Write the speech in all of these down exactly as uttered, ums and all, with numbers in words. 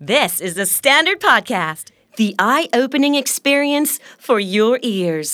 This is the Standard Podcast, the eye-opening experience for your ears.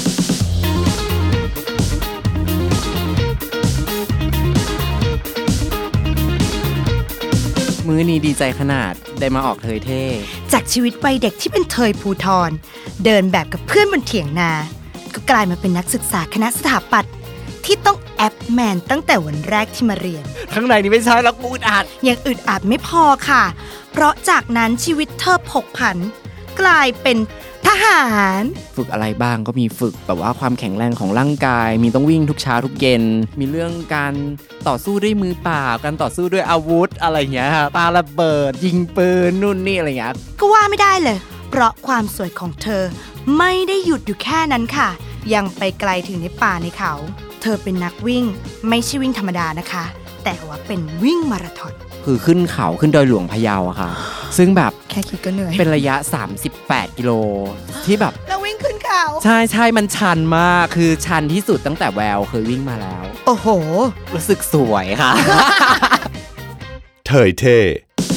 มื้อนี้ดีใจขนาดได้มาออกเทยเท่จากชีวิตวัยเด็กที่เป็นเทยภูทรเดินแบบกับเพื่อนบนเถียงนาก็กลายมาเป็นนักศึกษาคณะสถาปัตย์ที่ต้องแอปแมนตั้งแต่วันแรกที่มาเรียนข้างในนี่ไม่ใช่แล้วอึดอัดยังอึดอัดไม่พอค่ะเพราะจากนั้นชีวิตเธอผกผันกลายเป็นทหารฝึกอะไรบ้างก็มีฝึกแบบว่าความแข็งแรงของร่างกายมีต้องวิ่งทุกเช้าทุกเย็นมีเรื่องการต่อสู้ด้วยมือเปล่าการต่อสู้ด้วยอาวุธอะไรเงี้ยปาระเบิดยิงปืนนู่นนี่อะไรเงี้ยก็ว่าไม่ได้เลยเพราะความสวยของเธอไม่ได้หยุดอยู่แค่นั้นค่ะยังไปไกลถึงในป่าในเขาเธอเป็นนักวิ่งไม่ใช่วิ่งธรรมดานะคะแต่ว่าเป็นวิ่งมาราธอนคือขึ้นเขาขึ้นดอยหลวงพะเยาอะค่ะซึ่งแบบแค่คิดก็เหนื่อยเป็นระยะสามสิบแปดกิโลที่แบบแล้ววิ่งขึ้นเขาใช่ๆมันชันมากคือชันที่สุดตั้งแต่แววเคยวิ่งมาแล้วโอ้โหรู้สึกสวยค่ะเทยเท่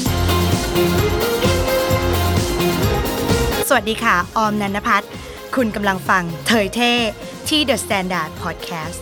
สวัสดีค่ะออมนันทภัทรคุณกำลังฟังเทยเท่ที่ The Standard Podcast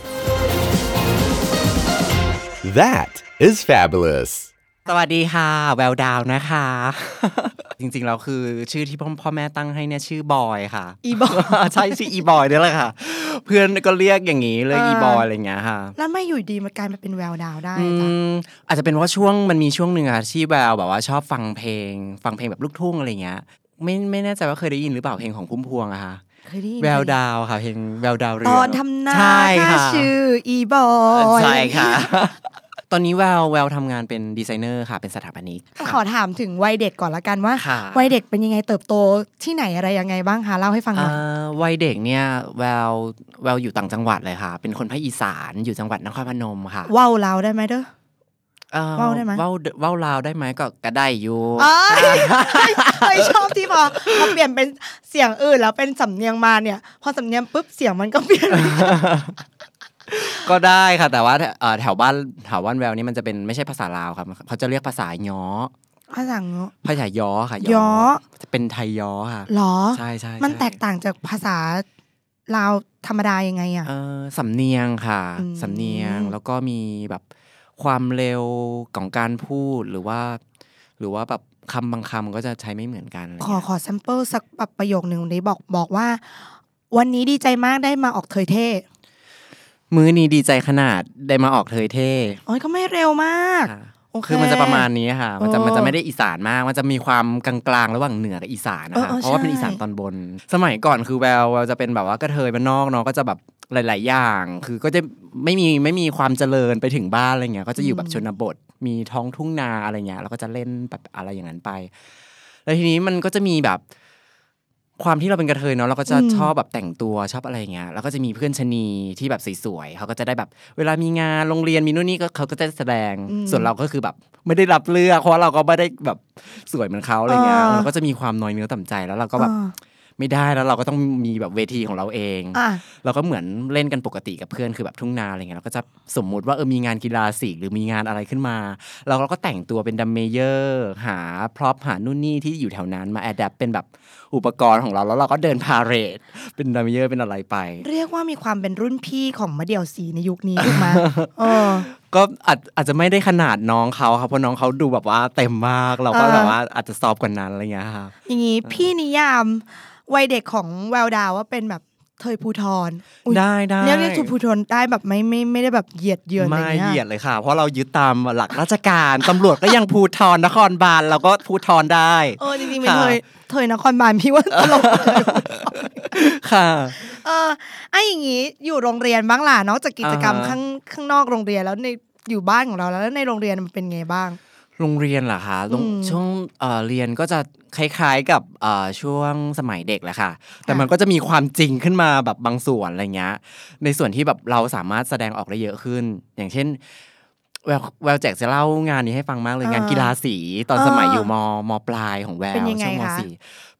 That is fabulous สวัสดีค่ะแววดาวนะคะจริงๆแล้วคือชื่อที่พ่อพ่อแม่ตั้งให้เนี่ยชื่อบอยค่ะอีบอยใช่ชื่ออีบอยนี่แหละค่ะเพื่อนก็เรียกอย่างนี้เลยอีบอยอะไรอย่างเงี้ยค่ะแล้วไม่อยู่ดีมันกลายมาเป็นแววดาวได้จ้ะอาจจะเป็นว่าช่วงมันมีช่วงนึงอะที่แววแบบว่าชอบฟังเพลงฟังเพลงแบบลูกทุ่งอะไรเงี้ยไม่ไม่แน่ใจว่าเคยได้ยินหรือเปล่าเพลงของพุ่มพวงอะค่ะแววดาวค่ะเพลงแววดาวเรืองตอนทำหน้าค่ะชื่ออีบอยใช่ค่ะตอนนี้แววแววทำงานเป็นดีไซเนอร์ค่ะเป็นสถาปนิกขอถามถึงวัยเด็กก่อนละกันว่าวัยเด็กเป็นยังไงเติบโตที่ไหนอะไรยังไงบ้างคะเล่าให้ฟังหน่อยวัยเด็กเนี่ยแววแววอยู่ต่างจังหวัดเลยค่ะเป็นคนภาคอีสานอยู่จังหวัดนครพนมค่ะว้าวลาวได้ไหมเด้อว้าวได้ไหมว้าวว้าวลาวได้ไหมก็ก็ได้อยู่ไม่ชอบที่พอพอเปลี่ยนเป็นเสียงอื่นแล้วเป็นสำเนียงมาเนี่ยพอสำเนียงปุ๊บเสียงมันก็เปลี่ยนก็ได้ค่ะแต่ว่าแถวบ้านแถวบ้านแววนี่มันจะเป็นไม่ใช่ภาษาลาวครับเขาจะเรียกภาษาย้อภาษาย้อภาษาย้อค่ะย้อจะเป็นไทยย้อค่ะหรอใช่ใช่มันแตกต่างจากภาษาลาวธรรมดายังไงอ่ะเออสำเนียงค่ะสำเนียงแล้วก็มีแบบความเร็วของการพูดหรือว่าหรือว่าแบบคำบางคำก็จะใช้ไม่เหมือนกันขอขอแซมเปิลสักแบบประโยคนึงนี้บอกบอกว่าวันนี้ดีใจมากได้มาออกเทยเท่มื้อนี้ดีใจขนาดได้มาออกเทยเท่โอ้ยก็ไม่เร็วมากคือมันจะประมาณนี้ค่ะมันจะมันจะไม่ได้อีสานมากมันจะมีความกลางๆระหว่างเหนือกับอีสานนะคะเพราะว่าเป็นอีสานตอนบนสมัยก่อนคือแววแววจะเป็นแบบว่ากระเทยบ้านนอกเนาะก็จะแบบหลายๆอย่างคือก็จะไม่มีไม่มีความเจริญไปถึงบ้านอะไรเงี้ยก็จะอยู่แบบชนบทมีท้องทุ่งนาอะไรเงี้ยแล้วก็จะเล่นแบบอะไรอย่างนั้นไปแล้วทีนี้มันก็จะมีแบบความที่เราเป็นกระเทยเนาะเราก็จะชอบแบบแต่งตัวชอบอะไรเงี้ยแล้วก็จะมีเพื่อนชนีที่แบบสวยๆเขาก็จะได้แบบเวลามีงานโรงเรียนมีนู่นนี่ก็เขาก็จะแสดงส่วนเราก็คือแบบไม่ได้รับเลือกเพราะเราก็ไม่ได้แบบสวยเหมือนเขาอะไรเงี้ยเราก็จะมีความน้อยเนื้อต่ำใจแล้วเราก็แบบไม่ได้แล้วเราก็ต้องมีแบบเวทีของเราเองเราก็เหมือนเล่นกันปกติกับเพื่อนคือแบบทุ่งนาอะไรเงี้ยเราก็จะสมมุติว่าเออมีงานกีฬาสีหรือมีงานอะไรขึ้นมาเราก็แต่งตัวเป็นดัมเมเยอร์หาพร็อพหานู่นนี่ที่อยู่แถวนั้นมาแอดแอปเป็นแบบอุปกรณ์ของเราแล้วเราก็เดินพาเรดเป็นดัมเมเยอร์เป็นอะไรไปเรียกว่ามีความเป็นรุ่นพี่ของมะเดี่ยวสีในยุคนี้ถูกไหมเออก็อาจอาจจะไม่ได้ขนาดน้องเขาครับเพราะน้องเขาดูแบบว่าเต็มมากเราก็แบบว่าอาจจะซอฟกว่านั้นอะไรเงี้ยครับอย่างงี้พี่นิยามวัยเด็กของแววดาวว่าเป็นแบบเทยภูทรได้ได้เรียกเรียกภูทรได้แบบไม่ไม่ไม่ได้แบบเหยียดเยือนอะไรเงี้ยไม่เหยียดเลยค่ะเพราะเรายึดตามหลักราชการตำรวจก็ยังภูทรนครบาลเราก็ภูทรได้เออจริงๆเป็นเทยเทยนครบาลพี่ว่าตลกค่ะเออไอ้อย่างงี้อยู่โรงเรียนบ้างล่ะนอกจากกิจกรรมข้างข้างนอกโรงเรียนแล้วในอยู่บ้านของเราแล้วในโรงเรียนมันเป็นไงบ้างโรงเรียนเหรอคะช่วงเอ่อเรียนก็จะคล้ายๆกับเอ่อช่วงสมัยเด็กแหละค่ะแต่มันก็จะมีความจริงขึ้นมาแบบบางส่วนอะไรเงี้ยในส่วนที่แบบเราสามารถแสดงออกได้เยอะขึ้นอย่างเช่นแววแววแจกจะเล่างานนี้ให้ฟังมากเลยงานกีฬาสีตอนสมัยอยู่มมปลายของแววช่วงม.สี่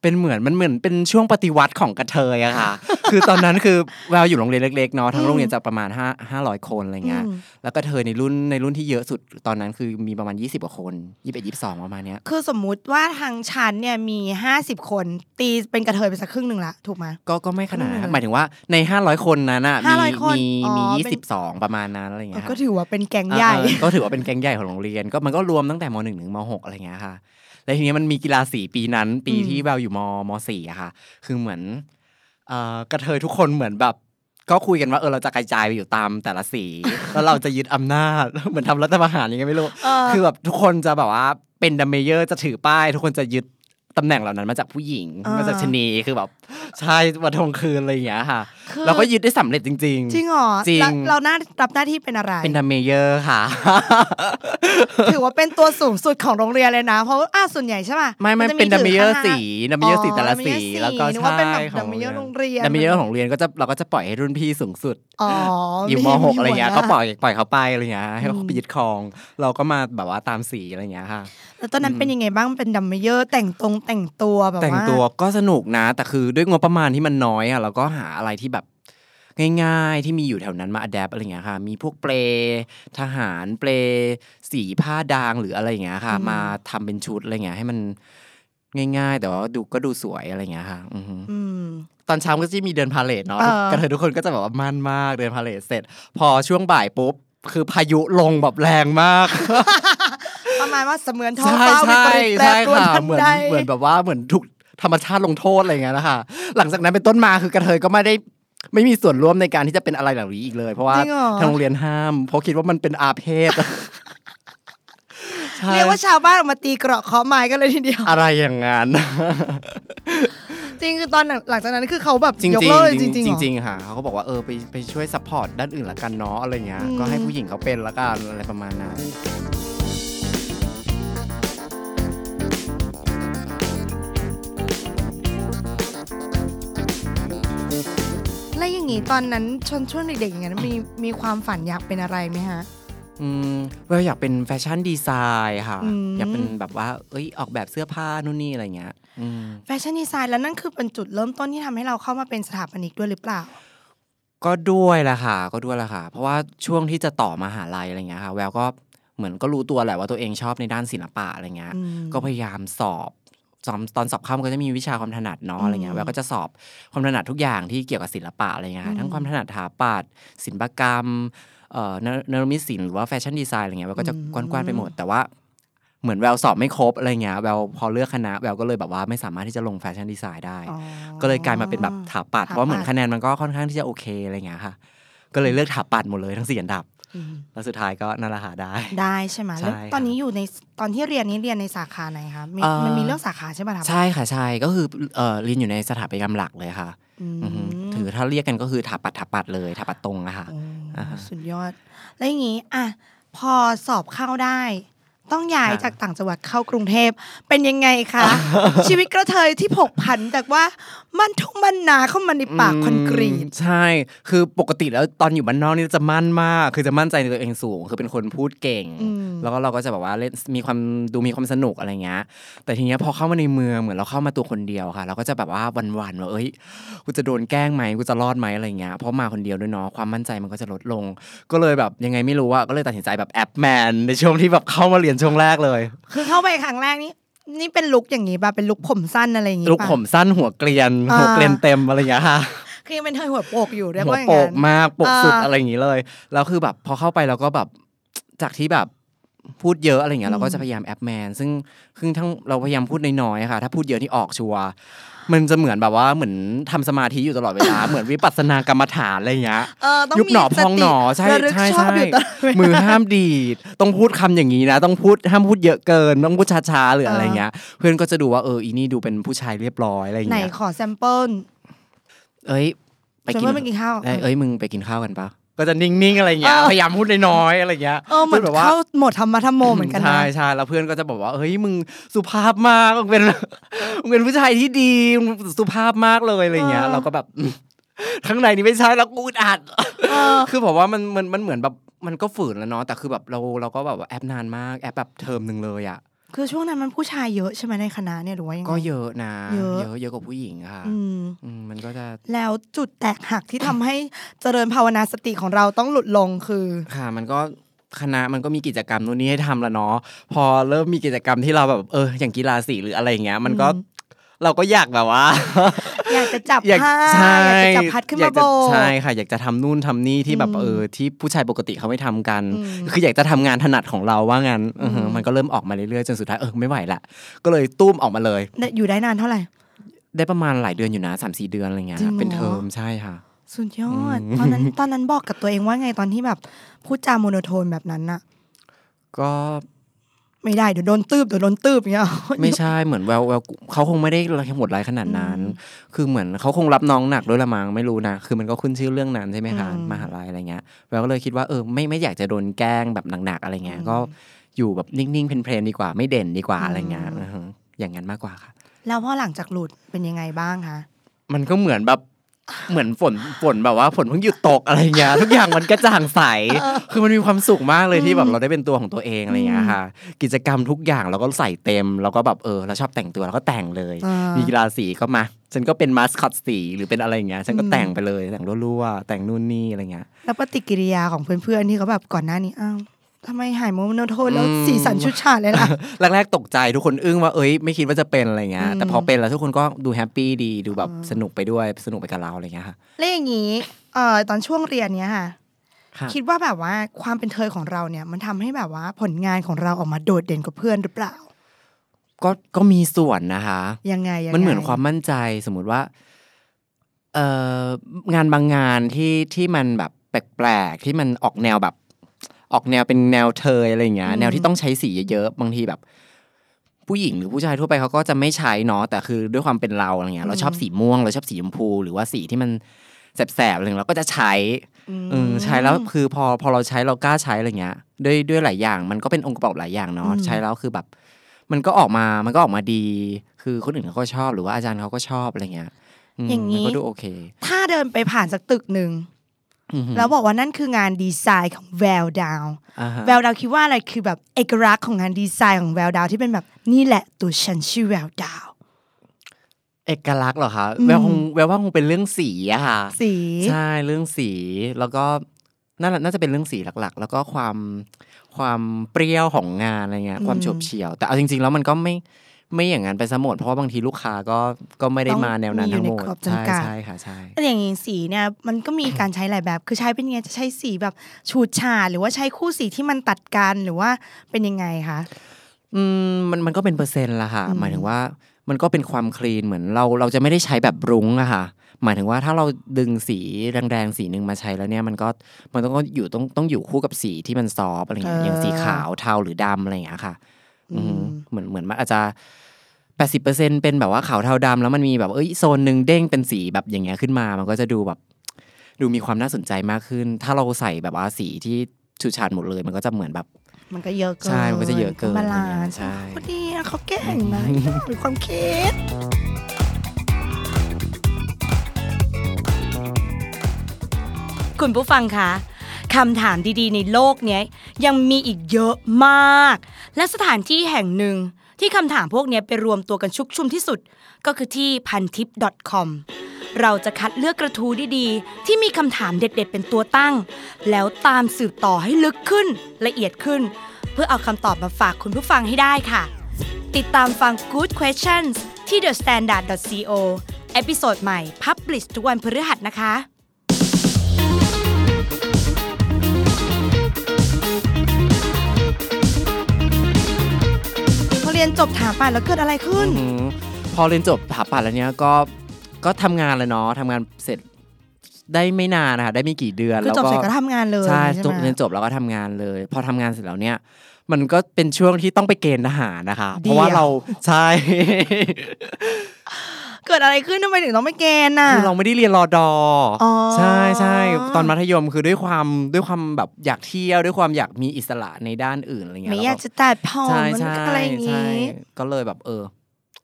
เป็นเหมือนมันเหมือนเป็นช่วงปฏิวัติของกระเทยอะค่ะ คือตอนนั้นคือแววอยู่โรงเรียนเล็กๆเนาะทั้งโรงเรียนจะประมาณห้า ห้าร้อยคนอะไรเงี้ยแล้วกระเทยในรุ่นในรุ่นที่เยอะสุดตอนนั้นคือมีประมาณยี่สิบกว่าคนยี่สิบเอ็ด ยี่สิบสองประมาณเนี้ยคือสมมุติว่าทางชั้นเนี่ยมีห้าสิบคนตีเป็นกระเทยไปสักครึ่งนึงละถูกมั้ยก็ก็ไม่ขนาดนั้นหมายถึงว่าในห้าร้อยคนนั้นน่ะมีมีมียี่สิบสองประมาณนั้นอะไรเงี้ยก็ถือว่าเป็นแก๊งใหญ่ก็ถือว่าเป็นแก๊งใหญ่ของโรงเรียนก็มันก็รวมตั้งแต่ม.หนึ่ง ถึงม.หก อะไรเงี้ยค่ะแล้วทีนี้มันมีกีฬาสีปีนั้นปีที่แววอยู่มม.สี่อะค่ะคือเหมือนเอ่อกระเทยทุกคนเหมือนแบบก็คุยกันว่าเออเราจะกระจายไปอยู่ตามแต่ละสีแล้วเราจะยึดอำนาจเหมือนทำรัฐประหารยังไงไม่รู้คือแบบทุกคนจะแบบว่าเป็นดัมเมเยอร์จะถือป้ายทุกคนจะยึดตำแหน่งเหล่านั้นมาจากผู้หญิงมาจากชนีคือแบบใช่วันทงคืนอะไรอย่างเงี้ยค่ะเราก็ยึดได้สำเร็จจริงๆจริงเหรอจริงเราหน้ารับหน้าที่เป็นอะไรเป็นดัมเมเยอร์ค่ะถือว่าเป็นตัวสูงสุดของโรงเรียนเลยนะเพราะอ่ะส่วนใหญ่ใช่ป่ะไม่ไม่เป็นดัมเมเยอร์สีดัมเมเยอร์สีแต่ละสีแล้วก็ใช่ดัมเมเยอร์โรงเรียนดัมเมเยอร์ของโรงเรียนก็จะเราก็จะปล่อยให้รุ่นพี่สูงสุดอยู่ม.หกอะไรเงี้ยก็ปล่อยปล่อยเขาไปอะไรเงี้ยให้เขาไปยึดครองเราก็มาแบบว่าตามสีอะไรเงี้ยค่ะแล้วตอนนั้นเป็นยังไงบ้างเป็นดัมเมเยอร์แต่งตรงแต่งตัวแบบว่าแต่งตัวก็สนุกนะแต่คือด้วยงบประมาณที่มันน้อยอ่ะเราก็หาอะไรที่แบบง่ายๆที่มีอยู่แถวนั้นมาอะแดปอะไรเงี้ยค่ะมีพวกเปลทหารเปลสีผ้าดางหรืออะไรเงี้ยค่ะมาทำเป็นชุดอะไรเงี้ยให้มันง่ายๆแต่ว่าดูก็ดูสวยอะไรเงี้ยค่ะตอนเช้าก็จะมีเดินพาเหรดเนาะกระเทยทุกคนก็จะแบบว่ามั่นมากเดินพาเหรดเสร็จพอช่วงบ่ายปุ๊บคือพายุลงแบบแรงมากประมาณว่าเสมือนท้องฟ้าวิปริตแปรปรวนทันใดเหมือนแบบว่าเหมือนทุกธรรมชาติลงโทษอะไรเงี้ยนะคะหลังจากนั้นเป็นต้นมาคือกระเทยก็ไม่ได้ไม่มีส่วนร่วมในการที่จะเป็นอะไรเหล่านี้อีกเลยเพราะว่าทางโรงเรียนห้ามเพราะคิดว่ามันเป็นอาเพศเรียกว่าชาวบ้านออกมาตีเกราะเคาะไม้กันเลยทีเดียวอะไรอย่างงั้นจริงคือตอนหลังจากนั้นคือเขาแบบยกเลิกจริงๆจริงๆค่ะเขาก็บอกว่าเออไปไปช่วยซัพพอร์ตด้านอื่นละกันเนาะอะไรเงี้ยก็ให้ผู้หญิงเขาเป็นละกันอะไรประมาณนั้นแล้วอย่างงี้ตอนนั้นชนช่วงเด็กๆอย่างนั้นมีมีความฝันอยากเป็นอะไรไหมฮะอืมเราอยากเป็นแฟชั่นดีไซน์ค่ะอยากเป็นแบบว่าเอ้ยออกแบบเสื้อผ้านู่นนี่อะไรเงี้ยแฟชั่นดีไซน์แล้วนั่นคือเป็นจุดเริ่มต้นที่ทำให้เราเข้ามาเป็นสถาปนิกด้วยหรือเปล่าก็ด้วยแหละค่ะก็ด้วยแหละค่ะเพราะว่าช่วงที่จะต่อมหาลัยอะไรเงี้ยค่ะแววก็เหมือนก็รู้ตัวแหละว่าตัวเองชอบในด้านศิลปะอะไรเงี้ยก็พยายามสอบตอนสอบเข้ามันก็จะมีวิชาความถนัดเนาะอะไรเงี้ยแววก็จะสอบความถนัดทุกอย่างที่เกี่ยวกับศิลปะอะไรเงี้ยทั้งความถนัดสถาปัตย์ศิลปกรรมเอ่อเนรมิตศิลป์หรือว่าแฟชั่นดีไซน์อะไรเงี้ยแววก็จะกว้านๆไปหมดแต่ว่าเหมือนแววสอบไม่ครบอะไรเงี้ยแววพอเลือกคณะแววก็เลยแบบว่าไม่สามารถที่จะลงแฟชั่นดีไซน์ได้ก็เลยกลายมาเป็นแบบสถาปัตย์เพราะเหมือนคะแนนมันก็ค่อนข้างที่จะโอเคอะไรเงี้ยค่ะก็เลยเลือกสถาปัตย์หมดเลยทั้งสี่อันดับแล้วสุดท้ายก็นั่นแหละค่ะได้ได้ใช่ไหมแล้วตอนนี้อยู่ในตอนที่เรียนนี้เรียนในสาขาไหนคะมันมีเรื่องสาขาใช่ไหมครับใช่ค่ะใช่ก็คือเอ่อเรียนอยู่ในสถาปัตยกรรมหลักเลยค่ะถือถ้าเรียกกันก็คือถาปัตถาปัตเลยถาปัตตรงอะค่ะสุดยอดแล้วอย่างงี้อ่ะพอสอบเข้าได้ต้องย้ายจากต่างจังหวัดเข้ากรุงเทพเป็นยังไงคะ ชีวิตกระเทยที่ผกผันจากว่ามั่นทุ่งมั่นนาเข้ามาในปากคอนกรีตใช่คือปกติแล้วตอนอยู่บ้านนอกนี่จะมั่นมากคือจะมั่นใจในตัวเองสูงคือเป็นคนพูดเก่งแล้วก็เราก็จะแบบว่าเล่นมีความดูมีความสนุกอะไรเงี้ยแต่ทีเนี้ยพอเข้ามาในเมืองเหมือนเราเข้ามาตัวคนเดียวค่ะเราก็จะแบบว่าวันๆว่าเอ้ยกูจะโดนแกล้งไหมกูจะรอดไหมอะไรเงี้ยเพราะมาคนเดียวด้วยเนาะความมั่นใจมันก็จะลดลงก็เลยแบบยังไงไม่รู้อะก็เลยตัดสินใจแบบแอปแมนในช่วงที่แบบเข้ามาเรียนช่วงแรกเลยคือเข้าไปครั้งแรกนี่นี่เป็นลุคอย่างงี้ป่ะเป็นลุคผมสั้นอะไรอย่างงี้ป่ะลุคผมสั้นหัวเกรียนหัวเกรียนเต็มอะไรอย่างเงี้ยค่ะคือเป็นเธอหัวโปกอยู่ได้ป่ะอย่างงั้นหัวโปกมากโปกสุดอะไรอย่างงี้เลยแล้วคือแบบพอเข้าไปแล้วก็แบบจากที่แบบพูดเยอะอะไรอย่างเงี้ยเราก็จะพยายามแอปแมนซึ่งซึ่งทั้งเราพยายามพูดน้อยๆค่ะถ้าพูดเยอะที่ออกชัวร์มันจะเหมือนแบบว่าเหมือนทำสมาธิอยู่ตลอดเวลา เหมือนวิปัสสนากรรมฐานอะไรอย่างเงี้ยยุบหนอพองหนอใช่ใช่ใช่มือห้ามดีดต้องพูดคำอย่างนี้นะต้องพูดห้ามพูดเยอะเกินต้องพูดช้าๆหรืออะไรเงี้ยเพื่อนก็จะดูว่าเอออีนี่ดูเป็นผู้ชายเรียบร้อยอะไรอย่างเงี้ยไหนขอแซมเปิลเอ้ยไปกินข้าวเอ้ยมึงไปกินข้าวกันปะก็จะนิ่งๆอะไรเงี้ยพยายามพูดน้อยๆอะไรเงี้ยเออเหมือนแบบว่าเข้าหมดธรรมะธรรมโมเหมือนกันนะใช่ใช่แล้วเพื่อนก็จะบอกว่าเฮ้ยมึงสุภาพมากมึงเป็นมึงเป็นผู้ชายที่ดีสุภาพมากเลยอะไรเงี้ยเราก็แบบข้างในนี่ไม่ใช่แล้วกูอัดคือบอกว่ามันมันมันเหมือนแบบมันก็ฝืนแล้วเนาะแต่คือแบบเราเราก็แบบว่าแอปนานมากแอปแบบเทอมนึงเลยอ่ะคือช่วงนั้นมันผู้ชายเยอะใช่ไหมในคณะเนี่ยหรือว่ายังไงก็เยอะนะเยอะเยอะเยอะกว่าผู้หญิงค่ะอืมมันก็จะแล้วจุดแตกหักที่ทำให้เจริญภาวนาสติของเราต้องหลุดลงคือค่ะมันก็คณะมันก็มีกิจกรรมนู่นนี่ให้ทำแล้วเนาะพอเริ่มมีกิจกรรมที่เราแบบเอออย่างกีฬาสีหรืออะไรอย่างเงี้ยมันก็เราก็อยากแบบว่าอยากจะจับผ้าอยากจะจับพัดขึ้นมาโบใช่ค่ะอยากจะทำนู่นทำนี่ที่แบบเออที่ผู้ชายปกติเขาไม่ทำกันคืออยากจะทำงานถนัดของเราว่างั้นมันก็เริ่มออกมาเรื่อยๆจนสุดท้ายเออไม่ไหวละก็เลยตุ้มออกมาเลยอยู่ได้นานเท่าไหร่ได้ประมาณหลายเดือนอยู่นะ สามสี่ เดือนอะไรเงี้ยเป็นเทอมใช่ค่ะสุดยอดตอนนั้นตอนนั้นบอกกับตัวเองว่าไงตอนที่แบบพูดจาโมโนโทนแบบนั้นน่ะก็ไม่ได้เดี๋ยวโดนตืบเดี๋ยวโดนตืบอย่างเงี้ยไม่ใช่เหมือนแววแววเขาคงไม่ได้โหดร้ายขนาดนั้นคือเหมือนเขาคงรับน้องหนักด้วยละมั้งไม่รู้นะคือมันก็ขึ้นชื่อเรื่องนั้นใช่ไหมคะมหาลัยอะไรเงี้ยแววก็เลยคิดว่าเออไม่ไม่อยากจะโดนแกล้งแบบหนักๆอะไรเงี้ยก็อยู่แบบนิ่งๆเพลนๆดีกว่าไม่เด่นดีกว่าอะไรเงี้ยอย่างนั้นมากกว่าค่ะแล้วพอหลังจากหลุดเป็นยังไงบ้างคะมันก็เหมือนแบบเหมือนฝนฝนแบบว่าฝนเพิ่งหยุดตกอะไรเงี้ยทุกอย่างมันกระจ่างใสคือมันมีความสุขมากเลยที่แบบเราได้เป็นตัวของตัวเองอะไรเงี้ยค่ะกิจกรรมทุกอย่างเราก็ใส่เต็มแล้วก็แบบเออเราชอบแต่งตัวเราก็แต่งเลยมีกีฬาสีก็มาฉันก็เป็นมาสคอตสีหรือเป็นอะไรเงี้ยฉันก็แต่งไปเลยแต่งรั่วๆแต่งนู่นนี่อะไรเงี้ยแล้วปฏิกิริยาของเพื่อนๆที่เขาแบบก่อนหน้านี้อ้าวทำไมหายโมโนโทนแล้วสีสันชุดฉาดเลยล่ะแรกๆตกใจทุกคนอึ้งว่าเอ้ยไม่คิดว่าจะเป็นอะไรเงี้ยแต่พอเป็นแล้วทุกคนก็ดูแฮปปี้ดีดูแบบสนุกไปด้วยสนุกไปกับเราอะไรเงี้ยค่ะแล้วอย่างงี้เอ่อตอนช่วงเรียนเนี้ยค่ะคิดว่าแบบว่าความเป็นเธอของเราเนี่ยมันทำให้แบบว่าผลงานของเราออกมาโดดเด่นกว่าเพื่อนหรือเปล่าก็ก็มีส่วนนะคะยังไงมันเหมือนความมั่นใจสมมุติว่าเอ่องานบางงานที่ที่มันแบบแปลกๆที่มันออกแนวแบบออกแนวเป็นแนวเทยอะไรอย่างเงี้ยแนวที่ต้องใช้สีเยอะๆบางทีแบบผู้หญิงหรือผู้ชายทั่วไปเขาก็จะไม่ใช้เนาะแต่คือด้วยความเป็นเราอะไรเงี้ยเราชอบสีม่วงเราชอบสีชมพูหรือว่าสีที่มันแสบๆอะไรเราก็จะใช้เออใช้แล้วคือพอพอเราใช้เรากล้าใช้อะไรเงี้ยด้วยด้วยหลายอย่างมันก็เป็นองค์ประกอบหลายอย่างเนาะใช้แล้วคือแบบมันก็ออกมามันก็ออกมาดีคือคนอื่นเขาก็ชอบหรือว่าอาจารย์เขาก็ชอบอะไรเงี้ยอย่างนี้ก็ดูโอเคถ้าเดินไปผ่านสักตึกนึงแล้วบอกว่านั่นคืองานดีไซน์ของแววดาวแววดาวคิดว่าอะไรคือแบบเอกลักษณ์ของงานดีไซน์ของแววดาวที่เป็นแบบนี่แหละตัวฉันชื่อแววดาวเอกลักษณ์เหรอคะแววคงแววว่าคงเป็นเรื่องสีอะค่ะสีใช่เรื่องสีแล้วก็นั่นน่าจะเป็นเรื่องสีหลักๆแล้วก็ความความเปรี้ยวของงานอะไรเงี้ยความโฉบเฉี่ยวแต่เอาจริงๆแล้วมันก็ไม่ไม่อย่างนั้นไปซะหมดเพราะว่าบางทีลูกค้าก็ก็ไม่ได้มาแนวนั้นทั้งหมดใช่ใช่ค่ะใช่แต่อย่างสีเนี่ยมันก็มีการใช้หลายแบบคือใช้เป็นไงจะใช้สีแบบฉูดฉาดหรือว่าใช้คู่สีที่มันตัดกันหรือว่าเป็นยังไงคะอืมมันมันก็เป็นเปอร์เซ็นต์ละค่ะหมายถึงว่ามันก็เป็นความคลีนเหมือนเราเราจะไม่ได้ใช้แบบรุ้งอะค่ะหมายถึงว่าถ้าเราดึงสีแดงๆสีนึงมาใช้แล้วเนี่ยมันก็มันต้องอยู่ต้องต้องอยู่คู่กับสีที่มันซอฟอะไรอย่างเงี้ยอย่างสีขาวเทาหรือดำอะไรอย่างเงี้ยค่ะเหมือนเหมือนมันอาจจะแปดสิบเปอร์เซ็นต์ เป็นแบบว่าขาวเทาดำแล้วมันมีแบบเอ้ยโซนนึงเด้งเป็นสีแบบอย่างเงี้ยขึ้นมามันก็จะดูแบบดูมีความน่าสนใจมากขึ้นถ้าเราใส่แบบว่าสีที่ฉูดฉาดหมดเลยมันก็จะเหมือนแบบมันก็เยอะเกินใช่มันก็จะเยอะเกินบาลานซ์ใช่พอดีเขาเก่งนะมีความคิดคุณผู้ฟังคะคำถามดีๆในโลกนี้ยังมีอีกเยอะมากและสถานที่แห่งหนึ่งที่คำถามพวกนี้ไปรวมตัวกันชุกชุมที่สุดก็คือที่ พันทิป ดอท คอม เราจะคัดเลือกกระทู้ดีๆที่มีคำถามเด็ดๆเป็นตัวตั้งแล้วตามสืบต่อให้ลึกขึ้นละเอียดขึ้นเพื่อเอาคำตอบมาฝากคุณผู้ฟังให้ได้ค่ะติดตามฟัง Good Questions ที่ เดอะ สแตนดาร์ด ดอท ซี โอ เอพิโซดใหม่ Publish ทุกวันพฤหัสนะคะเรียนจบถาปัตย์แล้วเกิดอะไรขึ้นพอเรียนจบถาปัตย์แล้วเนี้ยก็ก็ทำงานเลยเนาะทำงานเสร็จได้ไม่นานนะคะได้ไม่กี่เดือนแล้วก็จบเสร็จก็ทำงานเลยใช่จบเรียนจบแล้วก็ทำงานเลยพอทำงานเสร็จแล้วเนี่ยมันก็เป็นช่วงที่ต้องไปเกณฑ์ทหารนะคะเพราะว่าเราใช่เกิดอะไรขึ้นทำไมถึงต้องไปเกณฑ์น่ะคือเราไม่ได้เรียนรอดอใช่ใช่ตอนมัธยมคือด้วยความด้วยความแบบอยากเที่ยวด้วยความอยากมีอิสระในด้านอื่นอะไรเงี้ยไม่อยากจะตัดผมอะไรอย่างงี้ก็เลยแบบเออ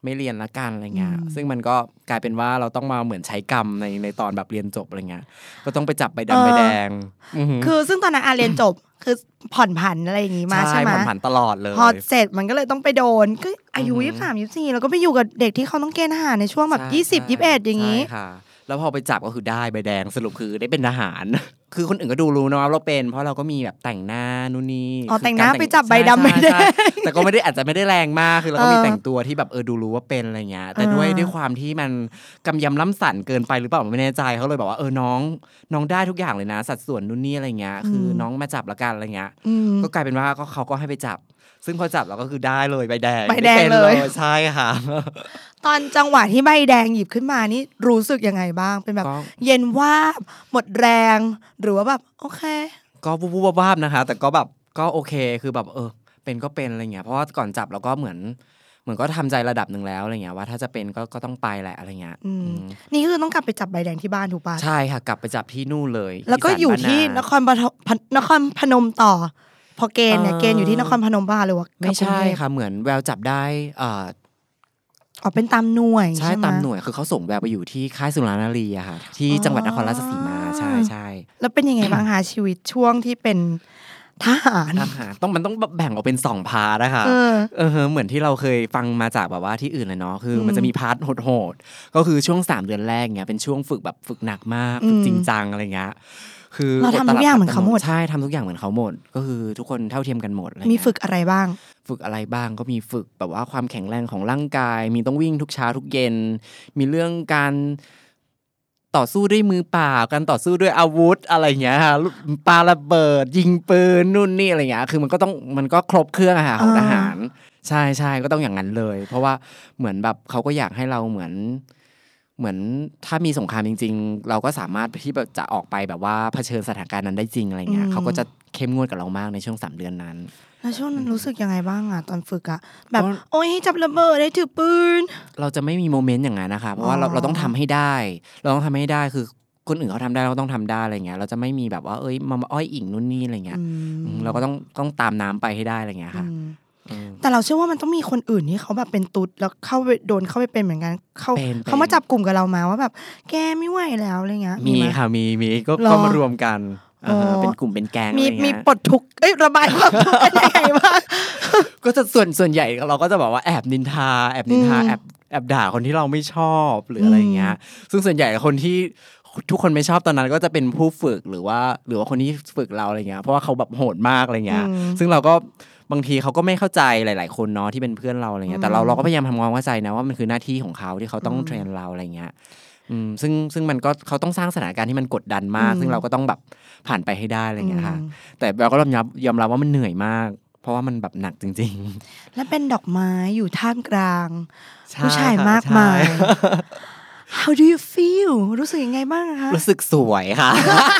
ไม่เรียนละกันอะไรเงี้ยซึ่งมันก็กลายเป็นว่าเราต้องมาเหมือนใช้กรรมในในตอนแบบเรียนจบอะไรเงี้ยก็ต้องไปจับใบดำใบแดงคือซึ่งตอนนั้นอาเรียนจบคือผ่อนผันอะไรอย่างงี้มาใช่ไหมผ่อนผันตลอดเลยพอเสร็จมันก็เลยต้องไปโดนก็อายุยี่สิบสาม ยี่สิบสี่แล้วก็ไปอยู่กับเด็กที่เขาต้องเกณฑ์ทหารในช่วงแบบยี่สิบ ยี่สิบเอ็ดอย่างงี้ใช่ค่ะแล้วพอไปจับก็คือได้ใบแดงสรุปคือได้เป็นทหารคือคนอื่นก็ดูรู้นะว่าเราเป็นเพราะเราก็มีแบบแต่งหน้านู่นนี่อ๋อแต่งหน้าไปจับใบดำใบแดงแต่ก็ไม่ได้อาจจะไม่ได้แรงมากคือเราก็มีแต่งตัวที่แบบเออดูรู้ว่าเป็นอะไรเงี้ยแต่ด้วยด้วยความที่มันกำยำล้ำสันเกินไปหรือเปล่าไม่แน่ใจเขาเลยบอกว่าเออน้องน้องได้ทุกอย่างเลยนะสัดส่วนนู่นนี่อะไรเงี้ยคือน้องมาจับละกันอะไรเงี้ยก็กลายเป็นว่าก็เขาก็ให้ไปจับซึ่งพอจับเราก็คือได้เลยใบแดงใบแดงเลยใช่ค่ะตอนจังหวะที่ใบแดงหยิบขึ้นมานี่รู้สึกยังไงบ้างเป็นแบบเย็นวาบหมดแรงหรือว่าแบบโอเคก็วูบวาบๆนะคะแต่ก็แบบก็โอเคคือแบบเออเป็นก็เป็นอะไรเงี้ยเพราะว่าก่อนจับเราก็เหมือนเหมือนก็ทำใจระดับหนึ่งแล้วอะไรเงี้ยว่าถ้าจะเป็นก็ก็ต้องไปแหละอะไรเงี้ยนี่คือต้องกลับไปจับใบแดงที่บ้านถูกป่ะใช่ค่ะกลับไปจับที่นู่นเลยแล้วก็อยู่ที่นครนครพนมต่อพอเกณฑ์เนี่ยเกณฑ์อยู่ที่นครพนมป่ะหรือว่าไม่ใช่ค่ะเหมือนแววจับได้อ่าอ๋อเป็นตามหน่วยใช่ตามหน่วยคือเขาส่งแววไปอยู่ที่ค่ายสุรานารีอะค่ะที่จังหวัดนครราชสีมาใช่ใช่แล้วเป็นยังไงบ้างคะชีวิตช่วงที่เป็นทหารทหารต้องมันต้องแบ่งออกเป็นสองพาร์ทนะคะเออเหมือนที่เราเคยฟังมาจากแบบว่าที่อื่นเลยเนาะคือมันจะมีพาร์ทโหดๆก็คือช่วงสามเดือนแรกเนี่ยเป็นช่วงฝึกแบบฝึกหนักมากฝึกจริงจังอะไรเงี้ยคือเราทำทุกอย่างเหมือนเขาหมดใช่ทำทุกอย่างเหมือนเขาหมดก็คือทุกคนเท่าเทียมกันหมดมีฝึกอะไรบ้างฝึกอะไรบ้างก็มีฝึกแบบว่าความแข็งแรงของร่างกายมีต้องวิ่งทุกเช้าทุกเย็นมีเรื่องการต่อสู้ด้วยมือเปล่าการต่อสู้ด้วยอาวุธอะไรเงี้ยค่ะปาระเบิดยิงปืนนู่นนี่อะไรเงี้ยคือมันก็ต้องมันก็ครบเครื่องอะค่ะของทหารใช่ใช่ก็ต้องอย่างนั้นเลยเพราะว่าเหมือนแบบเขาก็อยากให้เราเหมือนเหมือนถ้ามีสงครามจริงๆเราก็สามารถที่แบบจะออกไปแบบว่าเผชิญสถานการณ์นั้นได้จริงอะไรเงี้ยเขาก็จะเข้มงวดกับเรามากในช่วงสามเดือนนั้นแล้วช่วงนั้นรู้สึกยังไงบ้างอะตอนฝึกอะแบบโอ๊ยให้จับระเบิดได้ถือปืนเราจะไม่มีโมเมนต์อย่างนั้นนะคะเพราะว่าเราเราต้องทำให้ได้เราต้องทำให้ได้คือคนอื่นเขาทำได้เราต้องทำได้อะไรเงี้ยเราจะไม่มีแบบว่าเอ้ยมาอ้อยอิงนู่นนี่อะไรเงี้ยเราก็ต้องต้องตามน้ำไปให้ได้อะไรเงี้ยค่ะแต่เราเชื่อว่ามันต้องมีคนอื่นที่เขาแบบเป็นตุ๊ดแล้วเข้าโดนเข้าไปเป็นเหมือนกันเขาเขามาจับกลุ่มกับเรามาว่าแบบแกไม่ไหวแล้วอะไรเงี้ยมีค่ะมีมีก็ก็มารวมกันเป็นกลุ่มเป็นแก๊งอะไรเงี้ยมีปลดทุกข์เอ้ยระบายความทุกข์กันยังไงบ้างก็จะส่วนส่วนใหญ่เราก็จะบอกว่าแอบนินทาแอบนินทาแอบแอบด่าคนที่เราไม่ชอบหรืออะไรเงี้ยซึ่งส่วนใหญ่คนที่ทุกคนไม่ชอบตอนนั้นก็จะเป็นผู้ฝึกหรือว่าหรือว่าคนที่ฝึกเราอะไรเงี้ยเพราะว่าเขาแบบโหดมากอะไรเงี้ยซึ่งเราก็บางทีเขาก็ไม่เข้าใจหลายๆคนเนาะที่เป็นเพื่อนเราอะไรเงี้ยแต่เราเราก็พยายามทำความเข้าใจนะว่ามันคือหน้าที่ของเขาที่เขาต้องเทรนเราอะไรเงี้ยอืมซึ่งซึ่งมันก็เขาต้องสร้างสถานการณ์ที่มันกดดันมากซึ่งเราก็ต้องแบบผ่านไปให้ได้อะไรเงี้ยค่ะแต่เราก็ยอมรับยอมรับว่ามันเหนื่อยมากเพราะว่ามันแบบหนักจริงๆและเป็นดอกไม้อยู่ท่ามกลางผู้ชายมากมาย How do you feel รู้สึกยังไงบ้างคะรู้สึกสวยค่ะ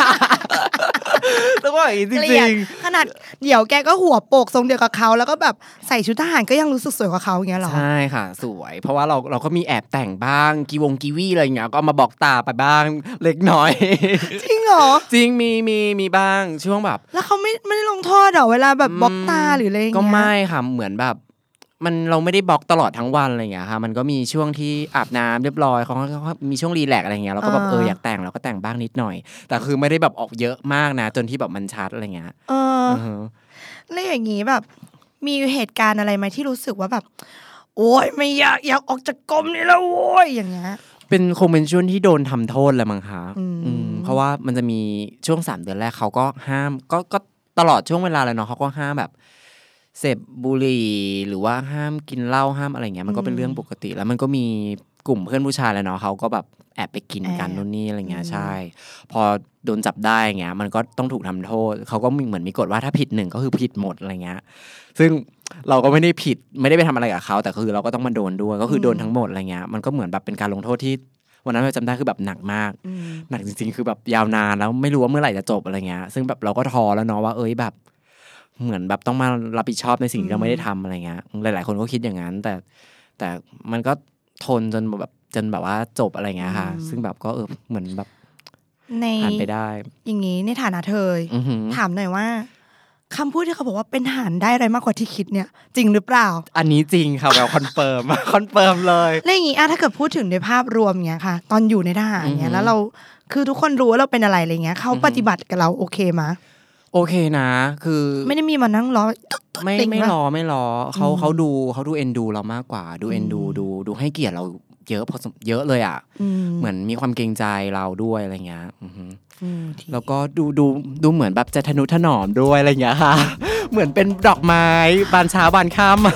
แล้วก็จริงๆขนาดเดี๋ยวแกก็หัวโปกทรงเดียวกับเขาแล้วก็แบบใส่ชุดทหารก็ยังรู้สึกสวยกว่าเขาอย่างเงี้ยหรอใช่ค่ะสวยเพราะว่าเราเราก็มีแอบแต่งบ้างกีวงกีวีอะไรอย่างเงี้ยก็มาบอกตาไปบ้างเล็กน้อยจริงเหรอจริงมีมีมีบ้างช่วงแบบแล้วเขาไม่ไม่ได้ลงโทษหรอเวลาแบบบอกตาหรืออะไรอย่างเงี้ยก็ไม่ค่ะเหมือนแบบมันเราไม่ได้บล็อกตลอดทั้งวันอะไรอย่างเงี้ยค่ะมันก็มีช่วงที่อาบน้ำเรียบร้อยเขาก็มีช่วงรีแลกซ์อะไรอย่างเงี้ยเราก็แบบเอออยากแต่งเราก็แต่งบ้างนิดหน่อยแต่คือไม่ได้แบบออกเยอะมากนะจนที่แบบมันชัดอะไรเงี้ยเออแล้วอย่างงี้แบบมีเหตุการณ์อะไรไหมที่รู้สึกว่าแบบโอ๊ยไม่อยากอยากออกจากกรมนี่แล้วโว้ยอย่างเงี้ยเป็นคงเป็นช่วงที่โดนทำโทษแหละมั้งคะเพราะว่ามันจะมีช่วงสามเดือนแรกเขาก็ห้ามก็ก็ตลอดช่วงเวลาเลยเนาะเขาก็ห้ามแบบเสพบุหรี่หรือว่าห้ามกินเหล้าห้ามอะไรเงี้ยมันก็เป็นเรื่องปกติแล้วมันก็มีกลุ่มเพื่อนผู้ชายเลยเนาะเขาก็แบบแอบไปกินกันนู่นนี่อะไรเงี้ยใช่พอโดนจับได้เงี้ยมันก็ต้องถูกทำโทษเขาก็มีเหมือนมีกฎว่าถ้าผิดหนึ่งก็คือผิดหมดอะไรเงี้ยซึ่งเราก็ไม่ได้ผิดไม่ได้ไปทำอะไรกับเขาแต่คือเราก็ต้องมาโดนด้วยก็คือโดนทั้งหมดอะไรเงี้ยมันก็เหมือนแบบเป็นการลงโทษที่วันนั้นเราจำได้คือแบบหนักมากหนักจริงๆคือแบบยาวนานแล้วไม่รู้ว่าเมื่อไหร่จะจบอะไรเงี้ยซึ่งแบบเราก็ท้อแล้วเนาะว่าเอ้ยแบบเหมือนแบบต้องมารับผิดชอบในสิ่งที่เราไม่ได้ทำอะไรเงี้ยหลายๆคนก็คิดอย่างนั้นแต่แต่มันก็ทนจนแบบจนแบบว่าจบอะไรเงี้ยค่ะซึ่งแบบก็เออเหมือนแบบผ่านไปได้อย่างนี้ในฐานะเธอถามหน่อยว่าคำพูดที่เขาบอกว่าเป็นทหารได้อะไรมากกว่าที่คิดเนี่ยจริงหรือเปล่าอันนี้จริงค่ะแบบคอนเฟิร์มคอนเฟิร์มเลยแล้วอย่างงี้อ่ะถ้าเกิดพูดถึงในภาพรวมเงี้ยค่ะตอนอยู่ในทหารเงี้ยแล้วเราคือทุกคนรู้ว่าเราเป็นอะไรอะไรเงี้ยเขาปฏิบัติกับเราโอเคมั้ยโอเคนะคือไม่ได้มีมานั่งล้อไม่ไม่ล้อไม่ล้อเขาเขาดูเขาดูเอ็นดูเรามากกว่าดูเอ็นดูดูดูให้เกียรติเราเยอะพอเยอะเลยอ่ะเหมือนมีความเกรงใจเราด้วยอะไรเงี้ยแล้วก็ดูดูดูเหมือนแบบจะทนุถนอมด้วยอะไรเงี้ยค่ะเหมือนเป็นดอกไม้บานเช้าบานค่ำ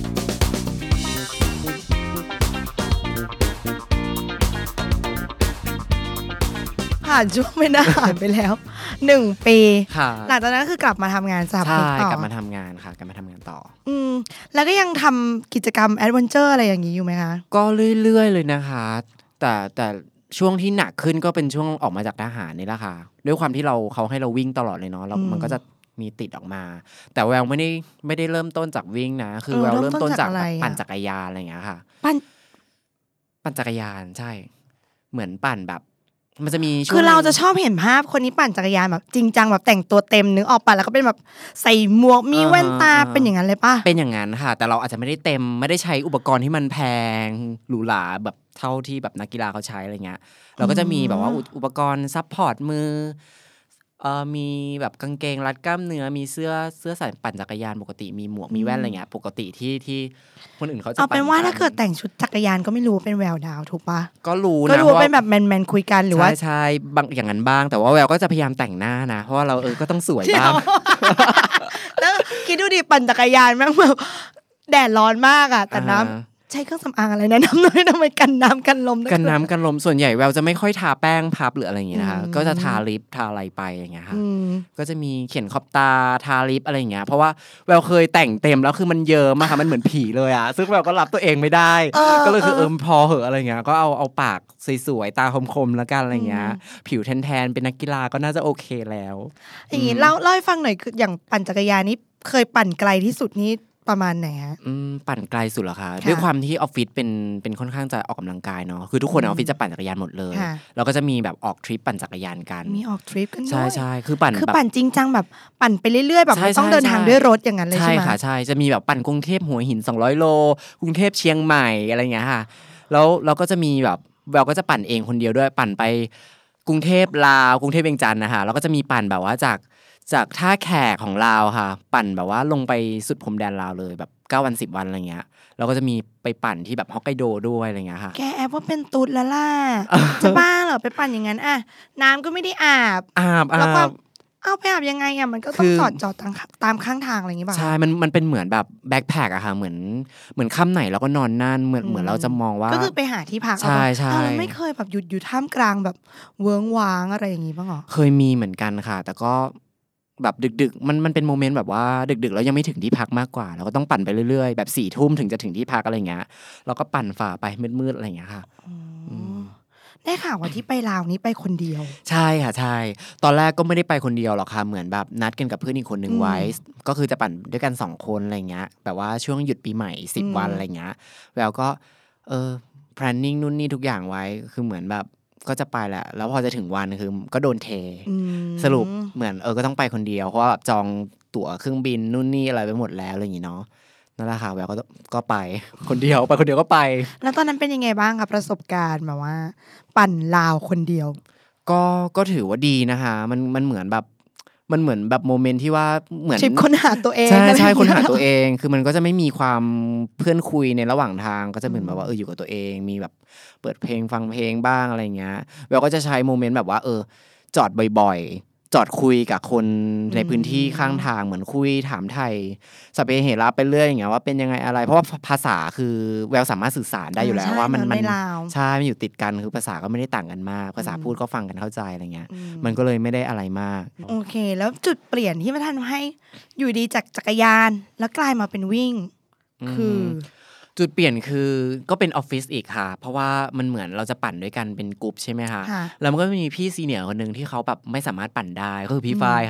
ผ่านช่วงเป็นทหารไปแล้วหนึ่งปีหลังจากนั้นคือกลับมาทำงานสาพักต่อกลับมาทำงานค่ะกลับมาทำงานต่ออืมแล้วก็ยังทำกิจกรรมแอดเวนเจอร์อะไรอย่างนี้อยู่ไหมคะก็เรื่อยๆเลยนะคะแต่แต่ช่วงที่หนักขึ้นก็เป็นช่วงออกมาจากทหารนี่แหละค่ะด้วยความที่เราเขาให้เราวิ่งตลอดเลยเนาะแล้วมันก็จะมีติดออกมาแต่แววไม่ได้ไม่ได้เริ่มต้นจากวิ่งนะคือแววเริ่มต้นจากปั่นจักรยานอะไรอย่างเงี้ยค่ะปั่นปั่นจักรยานใช่เหมือนปั่นแบบมันจะมีคือเราจะชอบเห็นภาพคนนี้ปั่นจักรยานแบบจริงจังแบบแต่งตัวเต็มนึกออกปั่นแล้วก็เป็นแบบใส่หมวกมีแว่นตาเป็นอย่างนั้นเลยป่ะเป็นอย่างนั้นค่ะแต่เราอาจจะไม่ได้เต็มไม่ได้ใช้อุปกรณ์ที่มันแพงหรูหราแบบเท่าที่แบบนักกีฬาเขาใช้อะไรเงี้ยเราก็จะมีแบบว่าอุปกรณ์ซัพพอร์ตมือเอ่อมีแบบกางเกงรัดกล้ามเนื้อมีเสื้อเสื้อใส่ปั่นจักรยานปกติมีหมวกมีแว่นอะไรเงี้ยปกติที่ที่คนอื่นเขาจะเอาเป็นว่าถ้าเกิดแต่งชุดจักรยานก็ไม่รู้เป็นแววดาวถูกป่ะก็รู้นะก็รู้เป็นแบบแมนๆคุยกันหรือว่าใช่ๆบางอย่างนั้นบ้างแต่ว่าแววก็จะพยายามแต่งหน้านะเพราะว่าเราเออก็ต้องสวยบ้างแล้วคิดดูดิปั่นจักรยานแม่งแบบแดดร้อนมากอ่ะแต่น้ำใช้เครื่องสำอางอะไรนะน้ำน้อยทำไมกันน้ำกันลมกันน้ำกันลมส่วนใหญ่แววจะไม่ค่อยทาแป้งพับหรืออะไรอย่างเงี้ยนะคะก็จะทาลิปทาอะไรไปอย่างเงี้ยค่ะก็จะมีเขียนขอบตาทาลิปอะไรอย่างเงี้ยเพราะว่าแววเคยแต่งเต็มแล้วคือมันเยิ้มอะค่ะมันเหมือนผีเลยอะซึ่งแววก็รับตัวเองไม่ได้ก็เลยคือเอิมพอเหอะอะไรเงี้ยก็เอาเอาปากสวยๆตาคมๆแล้วกันอะไรเงี้ยผิวแทนๆเป็นนักกีฬาก็น่าจะโอเคแล้วอย่างงี้เล่าเล่าให้ฟังหน่อยคืออย่างปั่นจักรยานนี่เคยปั่นไกลที่สุดนี่ประมาณไหนฮะอืมปั่นไกลสุดเหรอคะด้วยความที่ออฟฟิศเป็นเป็นค่อนข้างจะออกกำลังกายเนาะคือทุกคนในออฟฟิศจะปั่นจักรยานหมดเลยเราก็จะมีแบบออกทริปปั่นจักรยานกันมีออกทริปกันด้วยใช่ๆคือปั่นคือปั่นจริงจังแบบปั่นไปเรื่อยๆแบบต้องเดินทางด้วยรถอย่างนั้นเลยใช่ไหมใช่ค่ะใช่จะมีแบบปั่นกรุงเทพหัวหินสองร้อยโลกรุงเทพเชียงใหม่อะไรเงี้ยค่ะแล้วเราก็จะมีแบบเราก็จะปั่นเองคนเดียวด้วยปั่นไปกรุงเทพลาวกรุงเทพเวียงจันทร์นะคะแล้วก็จะมีปั่นแบบว่าจากจากท่าแขกของลาวค่ะปั่นแบบว่าลงไปสุดพรมแดนลาวเลยแบบเก้าวันสิบวันอะไรเงี้ยเราก็จะมีไปปั่นที่แบบฮอกไกโดด้วยอะไรเงี้ยค่ะแกแอบว่าเป็นตุ๊ดแล้วล่ะจะบ้าเหรอไปปั่นอย่างนั้นอ่ะน้ำก็ไม่ได้อาบอาบแล้วก็เอาไปอาบยังไงอ่ะมันก็ต้องจอดจอดตามตามข้างทางอะไรอย่างงี้ป่ะใช่มันมันเป็นเหมือนแบบแบ็คแพคอะค่ะเหมือนเหมือนค่ำไหนเราก็นอนนั่นเหมือนเหมือนเราจะมองว่าก็คือไปหาที่พักใช่ใช่เราไม่เคยแบบหยุดอยู่ท่ามกลางแบบเวิ้งว้างอะไรอย่างงี้บ้างหรอเคยมีเหมือนกันค่ะแต่ก็แบบดึกๆมันมันเป็นโมเมนต์แบบว่าดึกๆแล้วยังไม่ถึงที่พักมากกว่าเราก็ต้องปั่นไปเรื่อยๆแบบสี่ทุ่มถึงจะถึงที่พักอะไรเงี้ยเราก็ปั่นฝ่าไปมืดๆอะไรเงี้ยค่ะได้ข่าวว่าที่ไปลาวนี้ไปคนเดียวใช่ค่ะใช่ตอนแรกก็ไม่ได้ไปคนเดียวหรอกค่ะเหมือนแบบนัดกันกับเพื่อนอีกคนนึงไว้ก็คือจะปั่นด้วยกันสองคนอะไรเงี้ยแบบว่าช่วงหยุดปีใหม่สิบวันอะไรเงี้ยแล้วก็เออ planning นู่นนี่ทุกอย่างไว้คือเหมือนแบบก็จะไปแหละแล้วพอจะถึงวันคือก็โดนเทสรุปเหมือนเออก็ต้องไปคนเดียวเพราะว่าแบบจองตั๋วเครื่องบินนู่นนี่อะไรไปหมดแล้วอะไรอย่างงี้เนาะนั่นแหละค่ะแววก็ก็ไปคนเดียวไปคนเดียวก็ไปแล้วตอนนั้นเป็นยังไงบ้างครับประสบการณ์แบบว่าปั่นลาวคนเดียวก็ก็ถือว่าดีนะคะมันมันเหมือนแบบมันเหมือนแบบโมเมนต์ที่ว่าเหมือนทริปค้นหาตัวเองใช่ใช่ค้นหาตัวเองคือมันก็จะไม่มีความเพื่อนคุยในระหว่างทางก็จะเหมือนแบบว่าเอออยู่กับตัวเองมีแบบเปิดเพลงฟังเพลงบ้างอะไรเงี้ยแววก็จะใช้โมเมนต์แบบว่าเออจอดบ่อยๆจอดคุยกับคนในพื้นที่ข้างทางเหมือนคุยถามไทยสเปเหระไปเรื่อยอย่างเงี้ยว่าเป็นยังไงอะไรเพราะว่าภาษาคือแววสามารถสื่อสารได้อยู่แล้วว่ามันมันใช่มันอยู่ติดกันคือภาษาก็ไม่ได้ต่างกันมากภาษาพูดก็ฟังกันเข้าใจอะไรเงี้ยมันก็เลยไม่ได้อะไรมากโอเคแล้วจุดเปลี่ยนที่มันทำให้อยู่ดีจากจักรยานแล้วกลายมาเป็นวิ่งคือจุดเปลี่ยนคือก็เป็นออฟฟิศอีกค่ะเพราะว่ามันเหมือนเราจะปั่นด้วยกันเป็นกลุ่มใช่ไหมคะแล้วมันก็มีพี่ซีเนียร์คนนึงที่เขาแบบไม่สามารถปั่นได้ก็คือพี่ฝ้ายค่ะ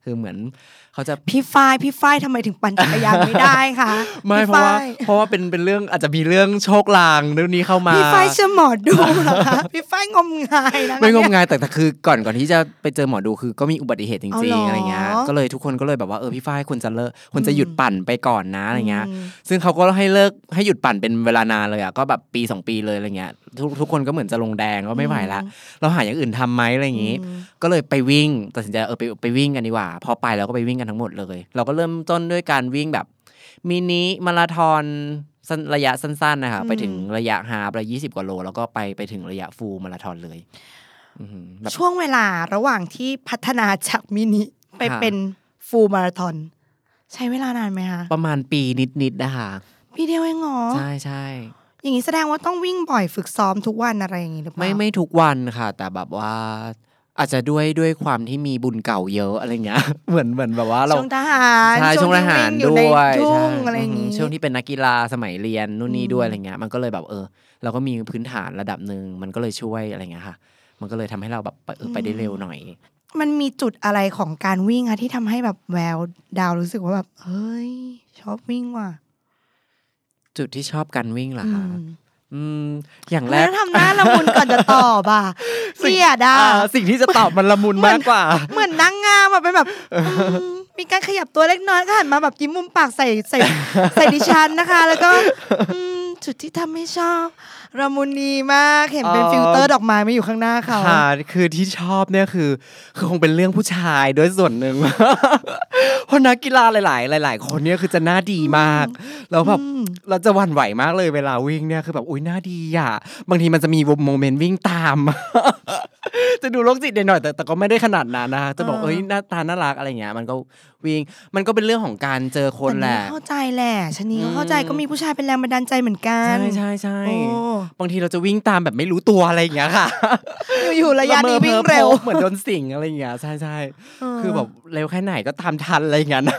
คือเหมือนเขาจะพี่ฝ้ายพี่ฝ้ายทำไมถึงปั่นจักรยานไม่ได้คะไม่เพราะว่าเพราะว่าเป็นเป็นเรื่องอาจจะมีเรื่องโชคลางเรื่องนี้เข้ามาพี่ฝ้ายเชื่อหมอดูเหรอคะพี่ฝ้ายงมงายนะไม่งมงายแต่คือก่อนก่อนที่จะไปเจอหมอดูคือก็มีอุบัติเหตุจริงๆอะไรเงี้ยก็เลยทุกคนก็เลยแบบว่าเออพี่ฝ้ายควรจะเลิกควรจะหยุดปั่นไปก่อนนะอะไรเงี้ยซึ่งเขาก็ให้เลิกให้หยุดปั่นเป็นเวลานานเลยอ่ะก็แบบปีสองปีเลยอะไรเงี้ยทุกทุกคนก็เหมือนจะลงแดงก็ไม่ไหวละเราหาอย่างอื่นทำไหมอะไรอย่างงี้ก็เลยไปวิ่งตัดสินใจเออไปไปวิ่งกันดีกว่าพอไปแล้วก็ไปวิ่งกันทั้งหมดเลยเราก็เริ่มต้นด้วยการวิ่งแบบมินิมาราธอนระยะสั้นๆนะคะไปถึงระยะฮาล์ฟระยะยี่สิบกว่าโลแล้วก็ไปไปถึงระยะฟูลมาราธอนเลยช่วงเวลาระหว่างที่พัฒนาจากมินิไปเป็นฟูลมาราธอนใช้เวลานานไหมคะประมาณปีนิดๆนะคะปีเดียวเองเหรอใช่ใช่อย่างนี้แสดงว่าต้องวิ่งบ่อยฝึกซ้อมทุกวันอะไรอย่างนี้หรือเปล่าไม่ไม่ทุกวันค่ะแต่แบบว่าอาจจะด้วยด้วยความที่มีบุญเก่าเยอะอะไรเงี้ยเหมือนเหมือนแบบว่าเราช่วงทหารใช่ช่วงทหารด้วยช่วงอะไรอย่างงี้ช่วงที่เป็นนักกีฬาสมัยเรียนนู่นนี่ด้วยอะไรเงี้ยมันก็เลยแบบเออเราก็มีพื้นฐานระดับนึงมันก็เลยช่วยอะไรเงี้ยค่ะมันก็เลยทำให้เราแบบเออไปได้เร็วหน่อยมันมีจุดอะไรของการวิ่งอะที่ทำให้แบบแววดาวรู้สึกว่าแบบเฮ้ยชอบวิ่งว่ะจุดที่ชอบการวิ่งเหรอคะอืมอย่างแรกทำหน้าละมุนก่อนจะตอบอ่ะเกลียดอ่ะสิ่งที่จะตอบมันละมุนมากกว่าเหมือนนางงามอ่ะเป็นแบบมีการขยับตัวเล็กน้อยก็หันมาแบบยิ้มมุมปากใส่ใส่ใส่ดิฉันนะคะแล้วก็จุดที่ทำให้ชอบละมุนนีมากเห็นเป็นฟิลเตอร์ดอกไม้มาอยู่ข้างหน้าเขาค่ะคือที่ชอบเนี่ยคือคือคงเป็นเรื่องผู้ชายด้วยส่วนหนึ่งเพราะนักกีฬาหลายๆหลายๆคนเนี่ยคือจะหน้าดีมากแล้วแบบเราจะหวั่นไหวมากเลยเวลาวิ่งเนี่ยคือแบบอุ๊ยหน้าดีอ่ะบางทีมันจะมีโมเมนต์วิ่งตามจะดูโรคจิตหน่อยแต่แต่ก็ไม่ได้ขนาดนั้นนะจะบอกเอ้ยหน้าตาน่ารักอะไรเงี้ยมันก็วิ่งมันก็เป็นเรื่องของการเจอคนแหละเข้าใจแหละชะนีก็เข้าใจก็มีผู้ชายเป็นแรงบันดาลใจเหมือนกันใช่ใช่ใช่บางทีเราจะวิ่งตามแบบไม่รู้ตัวอะไรอย่างเงี้ยค่ะอยู่ระยะนี้วิ่งเร็วเหมือนโดนสิงอะไรอย่างเงี้ยใช่ใช่คือแบบเร็วแค่ไหนก็ตามทันอะไรอย่างเงี้ย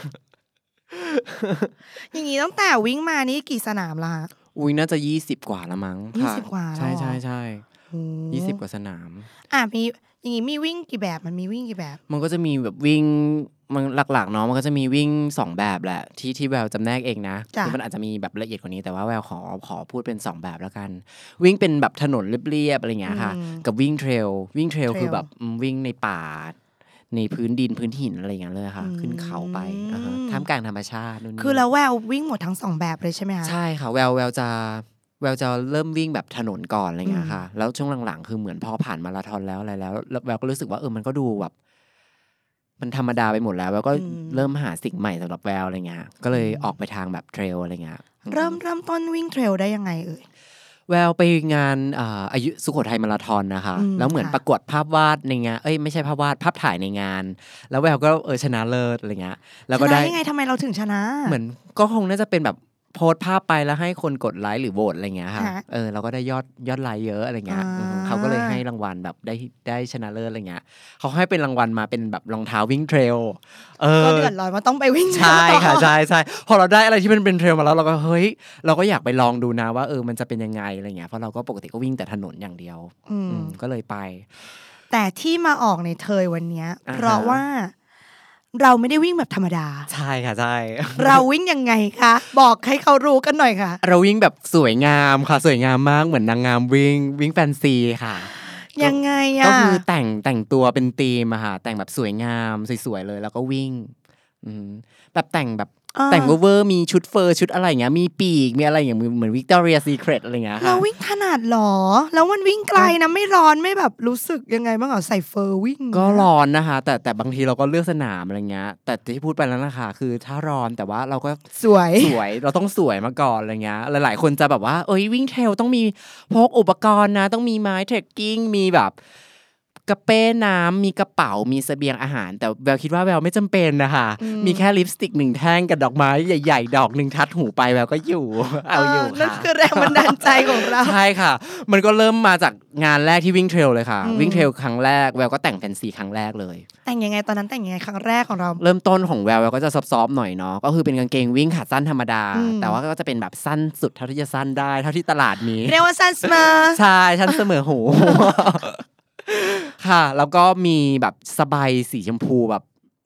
อย่างงี้ตั้งแต่วิ่งมานี่กี่สนามละอุ้ยน่าจะยี่สิบกว่าละมั้งยี่สิบกว่าใช่ใช่ใช่ยี่สิบกว่าสนามอ่ะมีอย่างงี้มีวิ่งกี่แบบมันมีวิ่งกี่แบบมันก็จะมีแบบวิ่งมันหลักๆเนาะมันก็จะมีวิ่งสองแบบแหละที่ที่แววจำแนกเองนะคือมันอาจจะมีแบบละเอียดกว่านี้แต่ว่าแววขอขอพูดเป็นสองแบบแล้วกันวิ่งเป็นแบบถนนเรียบๆอะไรเงี้ยค่ะกับวิ่งเทรลวิ่งเทรลคือแบบวิ่งในป่าในพื้นดินพื้นหินอะไรอย่างเงี้ยเลยค่ะขึ้นเขาไปท่ามกลางธรรมชาตินู่นนี่คือแล้วแวววิ่งหมดทั้งสองแบบเลยใช่ไหมคะใช่ค่ะแววแววจะแววจะเริ่มวิ่งแบบถนนก่อนอะไรเงี้ยค่ะแล้วช่วงหลังๆคือเหมือนพอผ่านมาราธอนแล้วอะไรแล้วแววก็รู้สึกว่าเออมันก็ดูแบบมันธรรมดาไปหมดแล้วแววก็เริ่มหาสิ่งใหม่สำหรับแววอะไรเงี้ยก็เลยออกไปทางแบบเทรลอะไรเงี้ยเริ่มเริ่มต้นวิ่งเทรลได้ยังไงเอ่ยแววไปงานอายุสุโขทัยมาราธอนนะคะแล้วเหมือนประกวดภาพวาดในงานเอ้ยไม่ใช่ภาพวาดภาพถ่ายในงานแล้วแววก็เออชนะเลิศอะไรเงี้ยแล้วก็ได้ยังไงทำไมเราถึงชนะเหมือนก็คงน่าจะเป็นแบบโพสภาพไปแล้วให้คนกดไลค์หรือโหวตอะไรเงี้ยค่ะเออเราก็ได้ยอดยอดไลค์เยอะอะไรเงี้ยเขาก็เลยให้รางวัลแบบได้ได้ชนะเลิศอะไรเงี้ยเขาให้เป็นรางวัลมาเป็นแบบรองเท้าวิ่งเทรลเออก็เดือดร้อนว่าต้องไปวิ่งใช่ค่ะใช่ใช่พอเราได้อะไรที่มันเป็นเทรลมาแล้วเราก็เฮ้ยเราก็อยากไปลองดูนะว่าเออมันจะเป็นยังไงอะไรเงี้ยเพราะเราก็ปกติก็วิ่งแต่ถนนอย่างเดียวก็เลยไปแต่ที่มาออกในเทยวันนี้เพราะว่าเราไม่ได้วิ่งแบบธรรมดาใช่ค่ะใช่เราวิ่งยังไงคะบอกให้เขารู้กันหน่อยค่ะเราวิ่งแบบสวยงามค่ะสวยงามมากเหมือนนางงามวิ่งวิ่งแฟนซีค่ะยังไงอ่ะก็คือแต่งแต่งตัวเป็นธีมอะค่ะแต่งแบบสวยงามสวยๆเลยแล้วก็วิ่งแบบแต่งแบบแต่งเวอร์มีชุดเฟอร์ชุดอะไรอย่างเงี้ยมีปีกมีอะไรอย่างเหมือน Victoria Secret อะไรเงี้ยค่ะเราวิ่งขนาดหรอแล้วมันวิ่งไกลนะไม่ร้อนไม่แบบรู้สึกยังไงบ้างเหรอใส่เฟอร์วิ่งก็ร้อนนะคะแต่แต่บางทีเราก็เลือกสนามอะไรเงี้ยแต่ที่พูดไปแล้วนะคะคือถ้าร้อนแต่ว่าเราก็สวยสวยเราต้องสวยมาก่อนอะไรเงี้ยหลายๆคนจะแบบว่าเอ้ยวิ่งเทรลต้องมีพกอุปกรณ์นะต้องมีไม้เทรคกิ้งมีแบบกระเป้น้ำมีกระเป๋ามีเสบียงอาหารแต่แววคิดว่าแววไม่จำเป็นนะคะมีแค่ลิปสติกหนึ่งแท่งกับดอกไม้ใหญ่ๆดอกหนึ่งทัดหูไปแววก็อยู่เอาอยู่ค่ะนั่นคือแรงบันดาลใจของเราใช่ค่ะมันก็เริ่มมาจากงานแรกที่วิ่งเทรลเลยค่ะวิ่งเทรลครั้งแรกแววก็แต่งแฟนซีครั้งแรกเลยแต่งยังไงตอนนั้นแต่งยังไงครั้งแรกของเราเริ่มต้นของแววแววก็จะซอฟๆหน่อยเนาะก็คือเป็นกางเกงวิ่งขาสั้นธรรมดาแต่ว่าก็จะเป็นแบบสั้นสุดเท่าที่จะสั้นได้เท่าที่ตลาดมีเรียกว่าสั้นเสมอใช่สั้นเสมอหูค่ะแล้วก็มีแบบสบายสีชมพูแบบ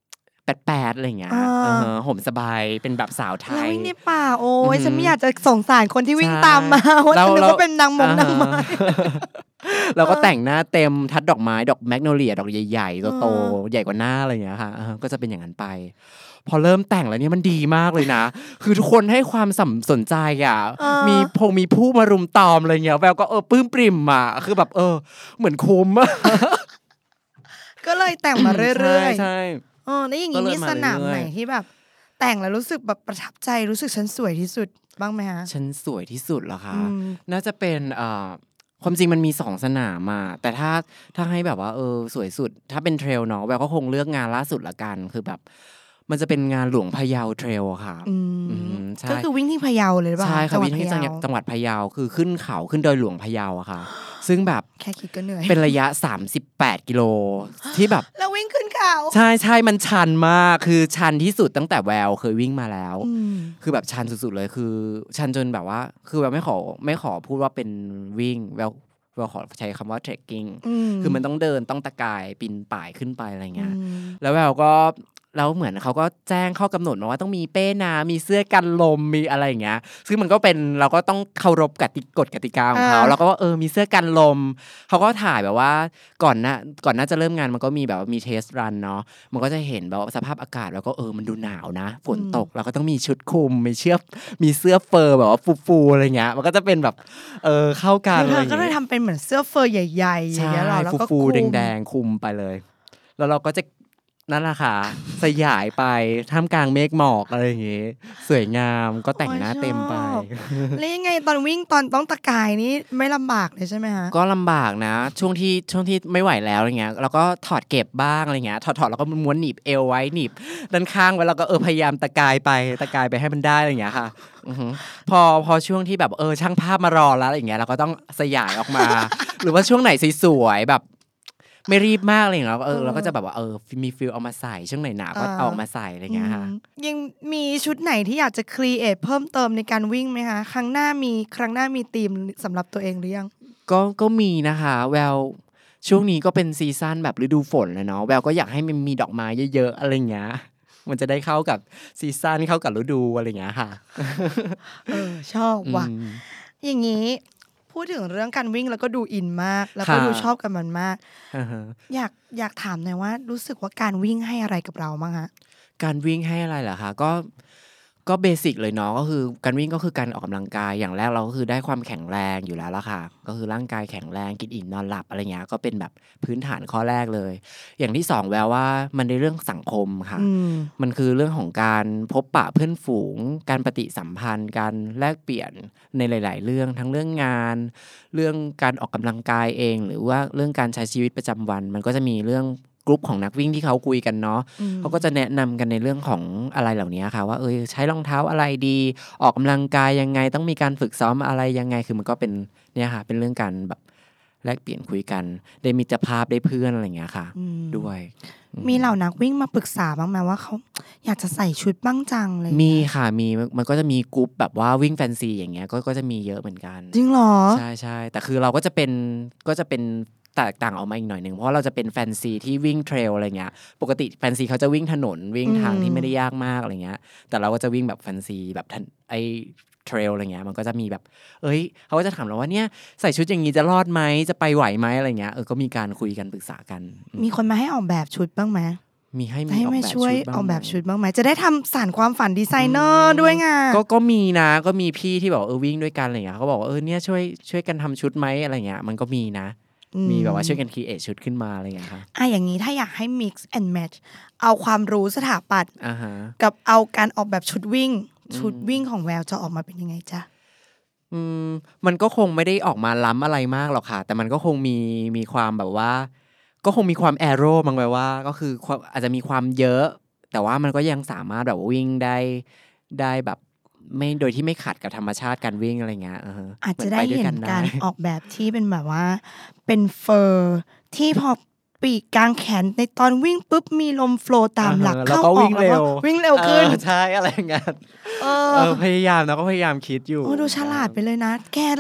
แปดๆอะไรอย่างเงี้ยเออห่มสบายเป็นแบบสาวไทยวิ่งในป่าโอ้ยฉันไม่อยากจะสงสารคนที่วิ่งตามมาว่าฉันนึกว่าเป็นนางมงนางไม้เราก็แต่งหน้าเต็มทัดดอกไม้ดอกแมกโนเลียดอกใหญ่ๆโตๆใหญ่กว่าหน้าอะไรอย่างเงี้ยค่ะก็จะเป็นอย่างนั้นไปพอเริ่มแต่งแล้วเนี่ยมันดีมากเลยนะคือทุกคนให้ความสนใจอ่ะมีพงมีผู้มารุมตอมอะไรเงี้ยแววก็เออปลื้มปริ่มอ่ะคือแบบเออเหมือนคุ้มก็เลยแต่งมาเรื่อยๆใช่ๆอ๋อแล้วอย่างงี้มีสนามไหนที่แบบแต่งแล้วรู้สึกแบบประทับใจรู้สึกฉันสวยที่สุดบ้างไหมคะฉันสวยที่สุดเหรอคะน่าจะเป็นเอ่อความจริงมันมีสองสนามอ่ะแต่ถ้าถ้าให้แบบว่าเออสวยสุดถ้าเป็นเทรลเนาะแววก็คงเลือกงานล่าสุดละกันคือแบบมันจะเป็นงานหลวงพะเยาเทรลค่ะก็คือวิ่งที่พะเยาเลยหรือเปล่าใช่ค่ะวิ่งที่จังหวัดพะเยาคือขึ้นเขาขึ้นดอยหลวงพะเยาอะค่ะซึ่งแบบแค่คิดก็เหนื่อยเป็นระยะสามสิบแปดกิโลที่แบบแล้ววิ่งขึ้นเขาใช่ใช่มันชันมากคือชันที่สุดตั้งแต่แววเคยวิ่งมาแล้วคือแบบชันสุดๆเลยคือชันจนแบบว่าคือแววไม่ขอไม่ขอพูดว่าเป็นวิ่งแววแววขอใช้คำว่า trekking คือมันต้องเดินต้องตะกายปีนป่ายขึ้นไปอะไรเงี้ยแล้วแววก็แล้วเหมือนเขาก็แจ้งข้อกำหนดมาว่าต้องมีเป้น้ำมีเสื้อกันลมมีอะไรอย่างเงี้ยซึ่งมันก็เป็นเราก็ต้องเคารพกติกฎกติกาของเขาแล้วก็ว่าเออมีเสื้อกันลมเขาก็ถ่ายแบบว่าก่อนหน้าก่อนหน้าจะเริ่มงานมันก็มีแบบว่ามีเทสรันเนาะมันก็จะเห็นแบบสภาพอากาศแล้วก็เออมันดูหนาวนะฝนตกเราก็ต้องมีชุดคลุมมีเชือกมีเสื้อเฟอร์แบบว่าฟูๆอะไรเงี้ยมันก็จะเป็นแบบเออเข้ากันอะไรเงี้ยก็เลยทำเป็นเหมือนเสื้อเฟอร์ใหญ่ๆอย่างเงี้ยหรอแล้วก็ฟูๆแดงๆคลุมไปเลยแล้วเราก็จะนั่นแหละค่ะสยายไปท่ามกลางเมฆหมอกอะไรอย่างงี้สวยงามก็แต่งหน้าเต็มไปแล้วยังไงตอนวิ่งตอนต้องตะกายนี่ไม่ลำบากเลยใช่ไหมคะก็ลำบากนะช่วงที่ช่วงที่ไม่ไหวแล้วอะไรเงี้ยเราก็ถอดเก็บบ้างอะไรเงี้ยถอดถอดแล้วก็ม้วนหนีบเอวไว้หนีบด้านข้างไว้แล้วก็เออพยายามตะกายไปตะกายไปให้มันได้อะไรเงี้ยค่ะพอพอช่วงที่แบบเออช่างภาพมารอแล้วอะไรเงี้ยเราก็ต้องสยายออกมาหรือว่าช่วงไหนสวยๆแบบไม่รีบมากอะไรอย่างเงี้ยเออเราก็จะแบบว่าเออมีฟิลเอามาใส่ช่วงไหนหนาก็เอาออกมาใส่อะไรเงี้ยค่ะยังมีชุดไหนที่อยากจะครีเอทเพิ่มเติมในการวิ่งไหมคะครั้งหน้ามีครั้งหน้ามีธีมสำหรับตัวเองหรือยังก็ก็มีนะคะแววช่วงนี้ก็เป็นซีซั่นแบบฤดูฝนเลยเนาะแววก็อยากให้มันมีดอกไม้เยอะๆอะไรเงี้ยมันจะได้เข้ากับซีซั่นเข้ากับฤดูอะไรเงี้ยค่ะเออชอบว่ะอย่างงี้พูดถึงเรื่องการวิ่งแล้วก็ดูอินมากแล้วก็ดูชอบกับมันมาก uh-huh. อยากอยากถามหน่อยว่ารู้สึกว่าการวิ่งให้อะไรกับเราบ้างฮะการวิ่งให้อะไรเหรอคะก็ก็เบสิกเลยเนาะก็คือการวิ่งก็คือการออกกำลังกายอย่างแรกเราก็คือได้ความแข็งแรงอยู่แล้วละค่ะก็คือร่างกายแข็งแรงกินอิ่มนอนหลับอะไรเงี้ยก็เป็นแบบพื้นฐานข้อแรกเลยอย่างที่สองแววว่ามันในเรื่องสังคมค่ะมันคือเรื่องของการพบปะเพื่อนฝูงการปฏิสัมพันธ์การแลกเปลี่ยนในหลายๆเรื่องทั้งเรื่องงานเรื่องการออกกำลังกายเองหรือว่าเรื่องการใช้ชีวิตประจำวันมันก็จะมีเรื่องกลุ่มของนักวิ่งที่เขาคุยกันเนาะเขาก็จะแนะนำกันในเรื่องของอะไรเหล่านี้ค่ะว่าเออใช้รองเท้าอะไรดีออกกำลังกายยังไงต้องมีการฝึกซ้อมอะไรยังไงคือมันก็เป็นเนี่ยค่ะเป็นเรื่องการแบบแลกเปลี่ยนคุยกันได้มิตรภาพได้เพื่อนอะไรอย่างเงี้ยค่ะด้วยมีเหล่านักวิ่งมาปรึกษาบ้างไหมว่าเขาอยากจะใส่ชุดบ้างจังเลยมีค่ะมีมันก็จะมีกลุ่มแบบว่าวิ่งแฟนซีอย่างเงี้ยก็ก็จะมีเยอะเหมือนกันจริงเหรอใช่ใช่แต่คือเราก็จะเป็นก็จะเป็นแตกต่างออกมาอีกหน่อยนึงเพราะเราจะเป็นแฟนซีที่วิ่งเทรลอะไรเงี้ยปกติแฟนซีเขาจะวิ่งถนนวิ่งทางที่ไม่ได้ยากมากอะไรเงี้ยแต่เราก็จะวิ่งแบบแฟนซีแบบไอเทรลอะไรเงี้ยมันก็จะมีแบบเอ้ยเขาก็จะถามเราว่าเนี่ยใส่ชุดอย่างนี้จะรอดไหมจะไปไหวไหมอะไรเงี้ยเออก็มีการคุยกันปรึกษากันมีคนมาให้ออกแบบชุดบ้างไหมมีให้มีออกแบบชุดช่วยออกแบบชุดบ้างไหมจะได้ทำสานความฝันดีไซเนอร์ด้วยไงก็ก็มีนะก็มีพี่ที่บอกเออวิ่งด้วยกันอะไรเงี้ยเขาบอกว่าเออเนี่ยช่วยช่วยกันทำชุดไหมอะไรเงี้ยมันก็มีนะมีแบบว่าช่วยกันครีเอทชุดขึ้นมาอะไรอย่างเงี้ยครับอ่ะอย่างนี้ถ้าอยากให้ mix and match เอาความรู้สถาปัตย์ uh-huh. กับเอาการออกแบบชุดวิ่งชุดวิ่งของแววจะออกมาเป็นยังไงจ๊ะอืมมันก็คงไม่ได้ออกมาล้ำอะไรมากหรอกค่ะแต่มันก็คงมีมีความแบบว่าก็คงมีความแอโร่บางแบบว่าก็คืออาจจะมีความเยอะแต่ว่ามันก็ยังสามารถแบบวิ่งได้ได้แบบไม่โดยที่ไม่ขัดกับธรรมชาติการวิ่งอะไรเงี้ย uh-huh. อาจจะได้เห็นการออกแบบที่เป็นแบบว่าเป็นเฟอร์ที่พอปีกกลางแขนในตอนวิ่งปุ๊บมีลมโฟลว์ตามหลักเข้าออกแล้วก็วิ่งเร็วขึ้นใช่อะไรเงี้ยเออพยายามนะก็พยายามคิดอยู่โอ้ดูฉลาดไปเลยนะแกลอง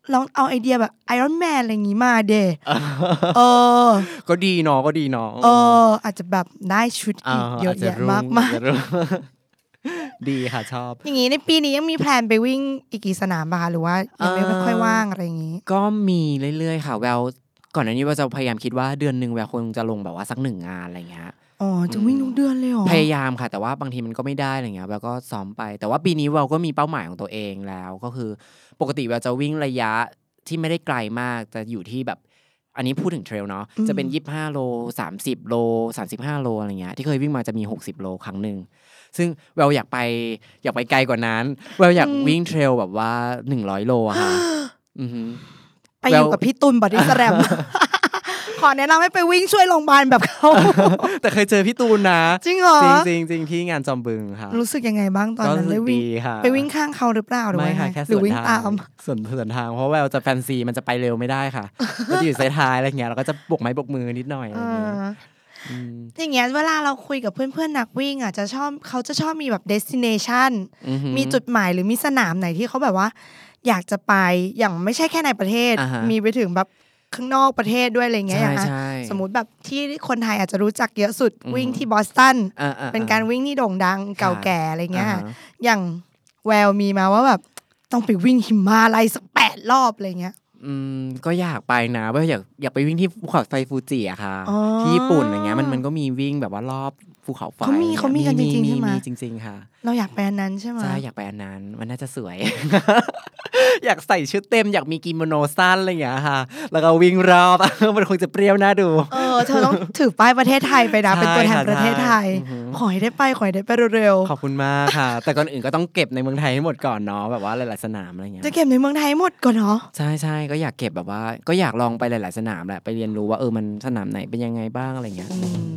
ลองเอาไอเดียแบบไอรอนแมนอะไรอย่างงี้มาเดเออก็ดีเนาะก็ดีเนาะเอออาจจะแบบได้ชุดอีกเยอะแยะมากมายดีค่ะชอบอย่างงี้ในปีนี้ยังมีแพลนไปวิ่งอีกกี่สนามป่ะคะหรือว่ายังไม่ค่อยว่างอะไรอย่างงี้ก็มีเรื่อยๆค่ะแววก่อนหน้านี้ว่าจะพยายามคิดว่าเดือนนึงแววคงจะลงแบบว่าสักหนึ่งงานอะไรเงี้ยอ๋อจะวิ่งทุกเดือนเลยเหรอพยายามค่ะแต่ว่าบางทีมันก็ไม่ได้อะไรเงี้ยแววก็ซ้อมไปแต่ว่าปีนี้แววก็มีเป้าหมายของตัวเองแล้วก็คือปกติแววจะวิ่งระยะที่ไม่ได้ไกลมากจะอยู่ที่แบบอันนี้พูดถึงเทรลเนาะจะเป็นยี่สิบห้าโลสามสิบโลสามสิบห้าโลอะไรเงี้ยที่เคยวิ่งมาจะมีหกสิบโลครั้งนึงซึ่งแววอยากไปอยากไปไกลกว่านั้นแววอยากวิ่งเทรลแบบว่าหนึ่งร้อยโลอะค่ะอือฮึไปอยู่กับพี่ตุลบอดี้สแลมขอแนะนำให้ไปวิ่งช่วยโรงพยาบาลแบบเขาแต่เคยเจอพี่ตูนนะจริงเหรอจริงจริงที่งานจอมบึงค่ะรู้สึกยังไงบ้างตอนนั้นได้วิ่งไปวิ่งข้างเขาหรือเปล่าหรือไม่ค่ะแค่ส่วนทางส่วนส่วนทางเพราะว่าจะแฟนซีมันจะไปเร็วไม่ได้ค่ะก็จะอยู่สายท้ายอะไรเงี้ยเราก็จะบกไม้บกมือนิดหน่อยอะไรเงี้ยอย่างเงี้ยเวลาเราคุยกับเพื่อนๆนักวิ่งอ่ะจะชอบเขาจะชอบมีแบบ destination มีจุดหมายหรือมีสนามไหนที่เขาแบบว่าอยากจะไปอย่างไม่ใช่แค่ในประเทศมีไปถึงแบบข้างนอกประเทศด้วยอะไรเงี้ยอย่างสมมุติแบบที่คนไทยอาจจะรู้จักเยอะสุดวิ่งที่บอสตันเป็นการวิ่งที่โด่งดังเก่าแก่อะไรเงี้ยอย่างแววมีมาว่าแบบต้องไปวิ่งหิมาลัยสักแปดรอบอะไรเงี้ยอืมก็อยากไปนะว่าอยากอยากไปวิ่งที่ภูเขาไฟฟูจิอะค่ะที่ญี่ปุ่นอะไรเงี้ยมันมันก็มีวิ่งแบบว่ารอบภูเขาไฟเขามีเขามีกันจริงๆใช่ไหมจริงๆค่ะเราอยากไปอันนั้นใช่ไหมใช่อยากไปอันนั้นมันน่าจะสวย อยากใส่ชุดเต็มอยากมีกิโมโนสั้นอะไรอย่างเงี้ยค่ะแล้วก็วิ่งรอบมันคงจะเปรี้ยวน่าดูเออเธอต้องถือป้ายประเทศไทยไปนะเป็นตัวแทนประเทศไทยขอให้ได้ไปขอให้ได้ไปเร็วๆขอบคุณมากค่ะแต่ก่อนอื่นก็ต้องเก็บในเมืองไทยให้หมดก่อนเนาะแบบว่าหลายๆสนามอะไรเงี้ยจะเก็บในเมืองไทยหมดก่อนเนาะใช่ๆก็อยากเก็บแบบว่าก็อยากลองไปหลายๆสนามแหละไปเรียนรู้ว่าเออมันสนามไหนเป็นยังไงบ้างอะไรเงี้ย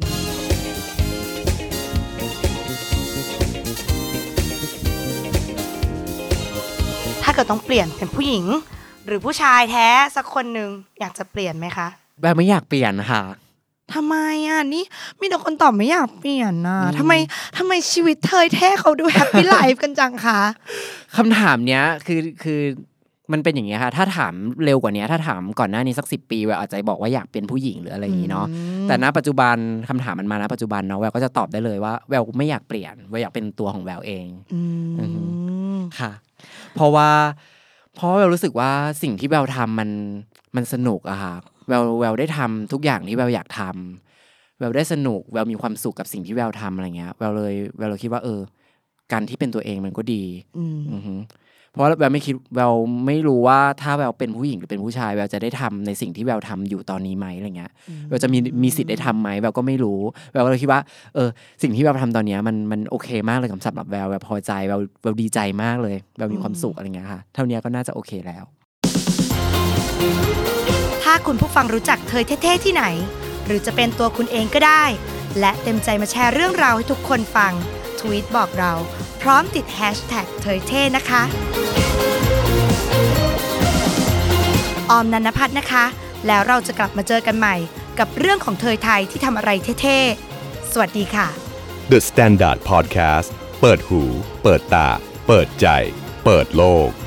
ถ้าเกิดต้องเปลี่ยนเป็นผู้หญิงหรือผู้ชายแท้สักคนนึงอยากจะเปลี่ยนไหมคะแบบไม่อยากเปลี่ยนค่ะทำไมอ่ะนี่มีแต่คนตอบไม่อยากเปลี่ยนนะทำไมทำไมชีวิตเธอแท้เขาดูแฮปปี้ไลฟ์กันจังคะคำถามเนี้ยคือคือมันเป็นอย่างเงี้ยค่ะถ้าถามเร็วกว่านี้ถ้าถามก่อนหน้านี้สักสิบปีแววอาจจะบอกว่าอยากเป็นผู้หญิงหรืออะไรอย่างงี้เนาะแต่ณปัจจุบันคำถามมันมาณปัจจุบันเนาะแววก็จะตอบได้เลยว่าแววไม่อยากเปลี่ยนแววอยากเป็นตัวของแววเองค่ะเพราะว่าเพราะแววรู้สึกว่าสิ่งที่แววทำมันมันสนุกอะค่ะแววแววได้ทำทุกอย่างที่แววอยากทำแววได้สนุกแววมีความสุขกับสิ่งที่แววทำอะไรเงี้ยแววเลยแววเลยคิดว่าเออการที่เป็นตัวเองมันก็ดีเพราะแววไม่คิดแววไม่รู้ว่าถ้าแววเป็นผู้หญิงหรือเป็นผู้ชายแววจะได้ทำในสิ่งที่แววทำอยู่ตอนนี้ไหมอะไรเงี้ยแววจะมีมีสิทธิ์ได้ทำไหมแววก็ไม่รู้แววก็เลยคิดว่าเออสิ่งที่แววทำตอนนี้มันมันโอเคมากเลยสำหรับแววแววพอใจแววแววดีใจมากเลยแววมีความสุขอะไรเงี้ยค่ะเท่านี้ก็น่าจะโอเคแล้วถ้าคุณผู้ฟังรู้จักเธอเท่ๆที่ไหนหรือจะเป็นตัวคุณเองก็ได้และเต็มใจมาแชร์เรื่องราวให้ทุกคนฟังทวีตบอกเราพร้อมติดแฮชแท็กเธอเท่นะคะออมนันนภัทรนะคะแล้วเราจะกลับมาเจอกันใหม่กับเรื่องของเธอไทยที่ทำอะไรเท่ๆสวัสดีค่ะ The Standard Podcast เปิดหูเปิดตาเปิดใจเปิดโลก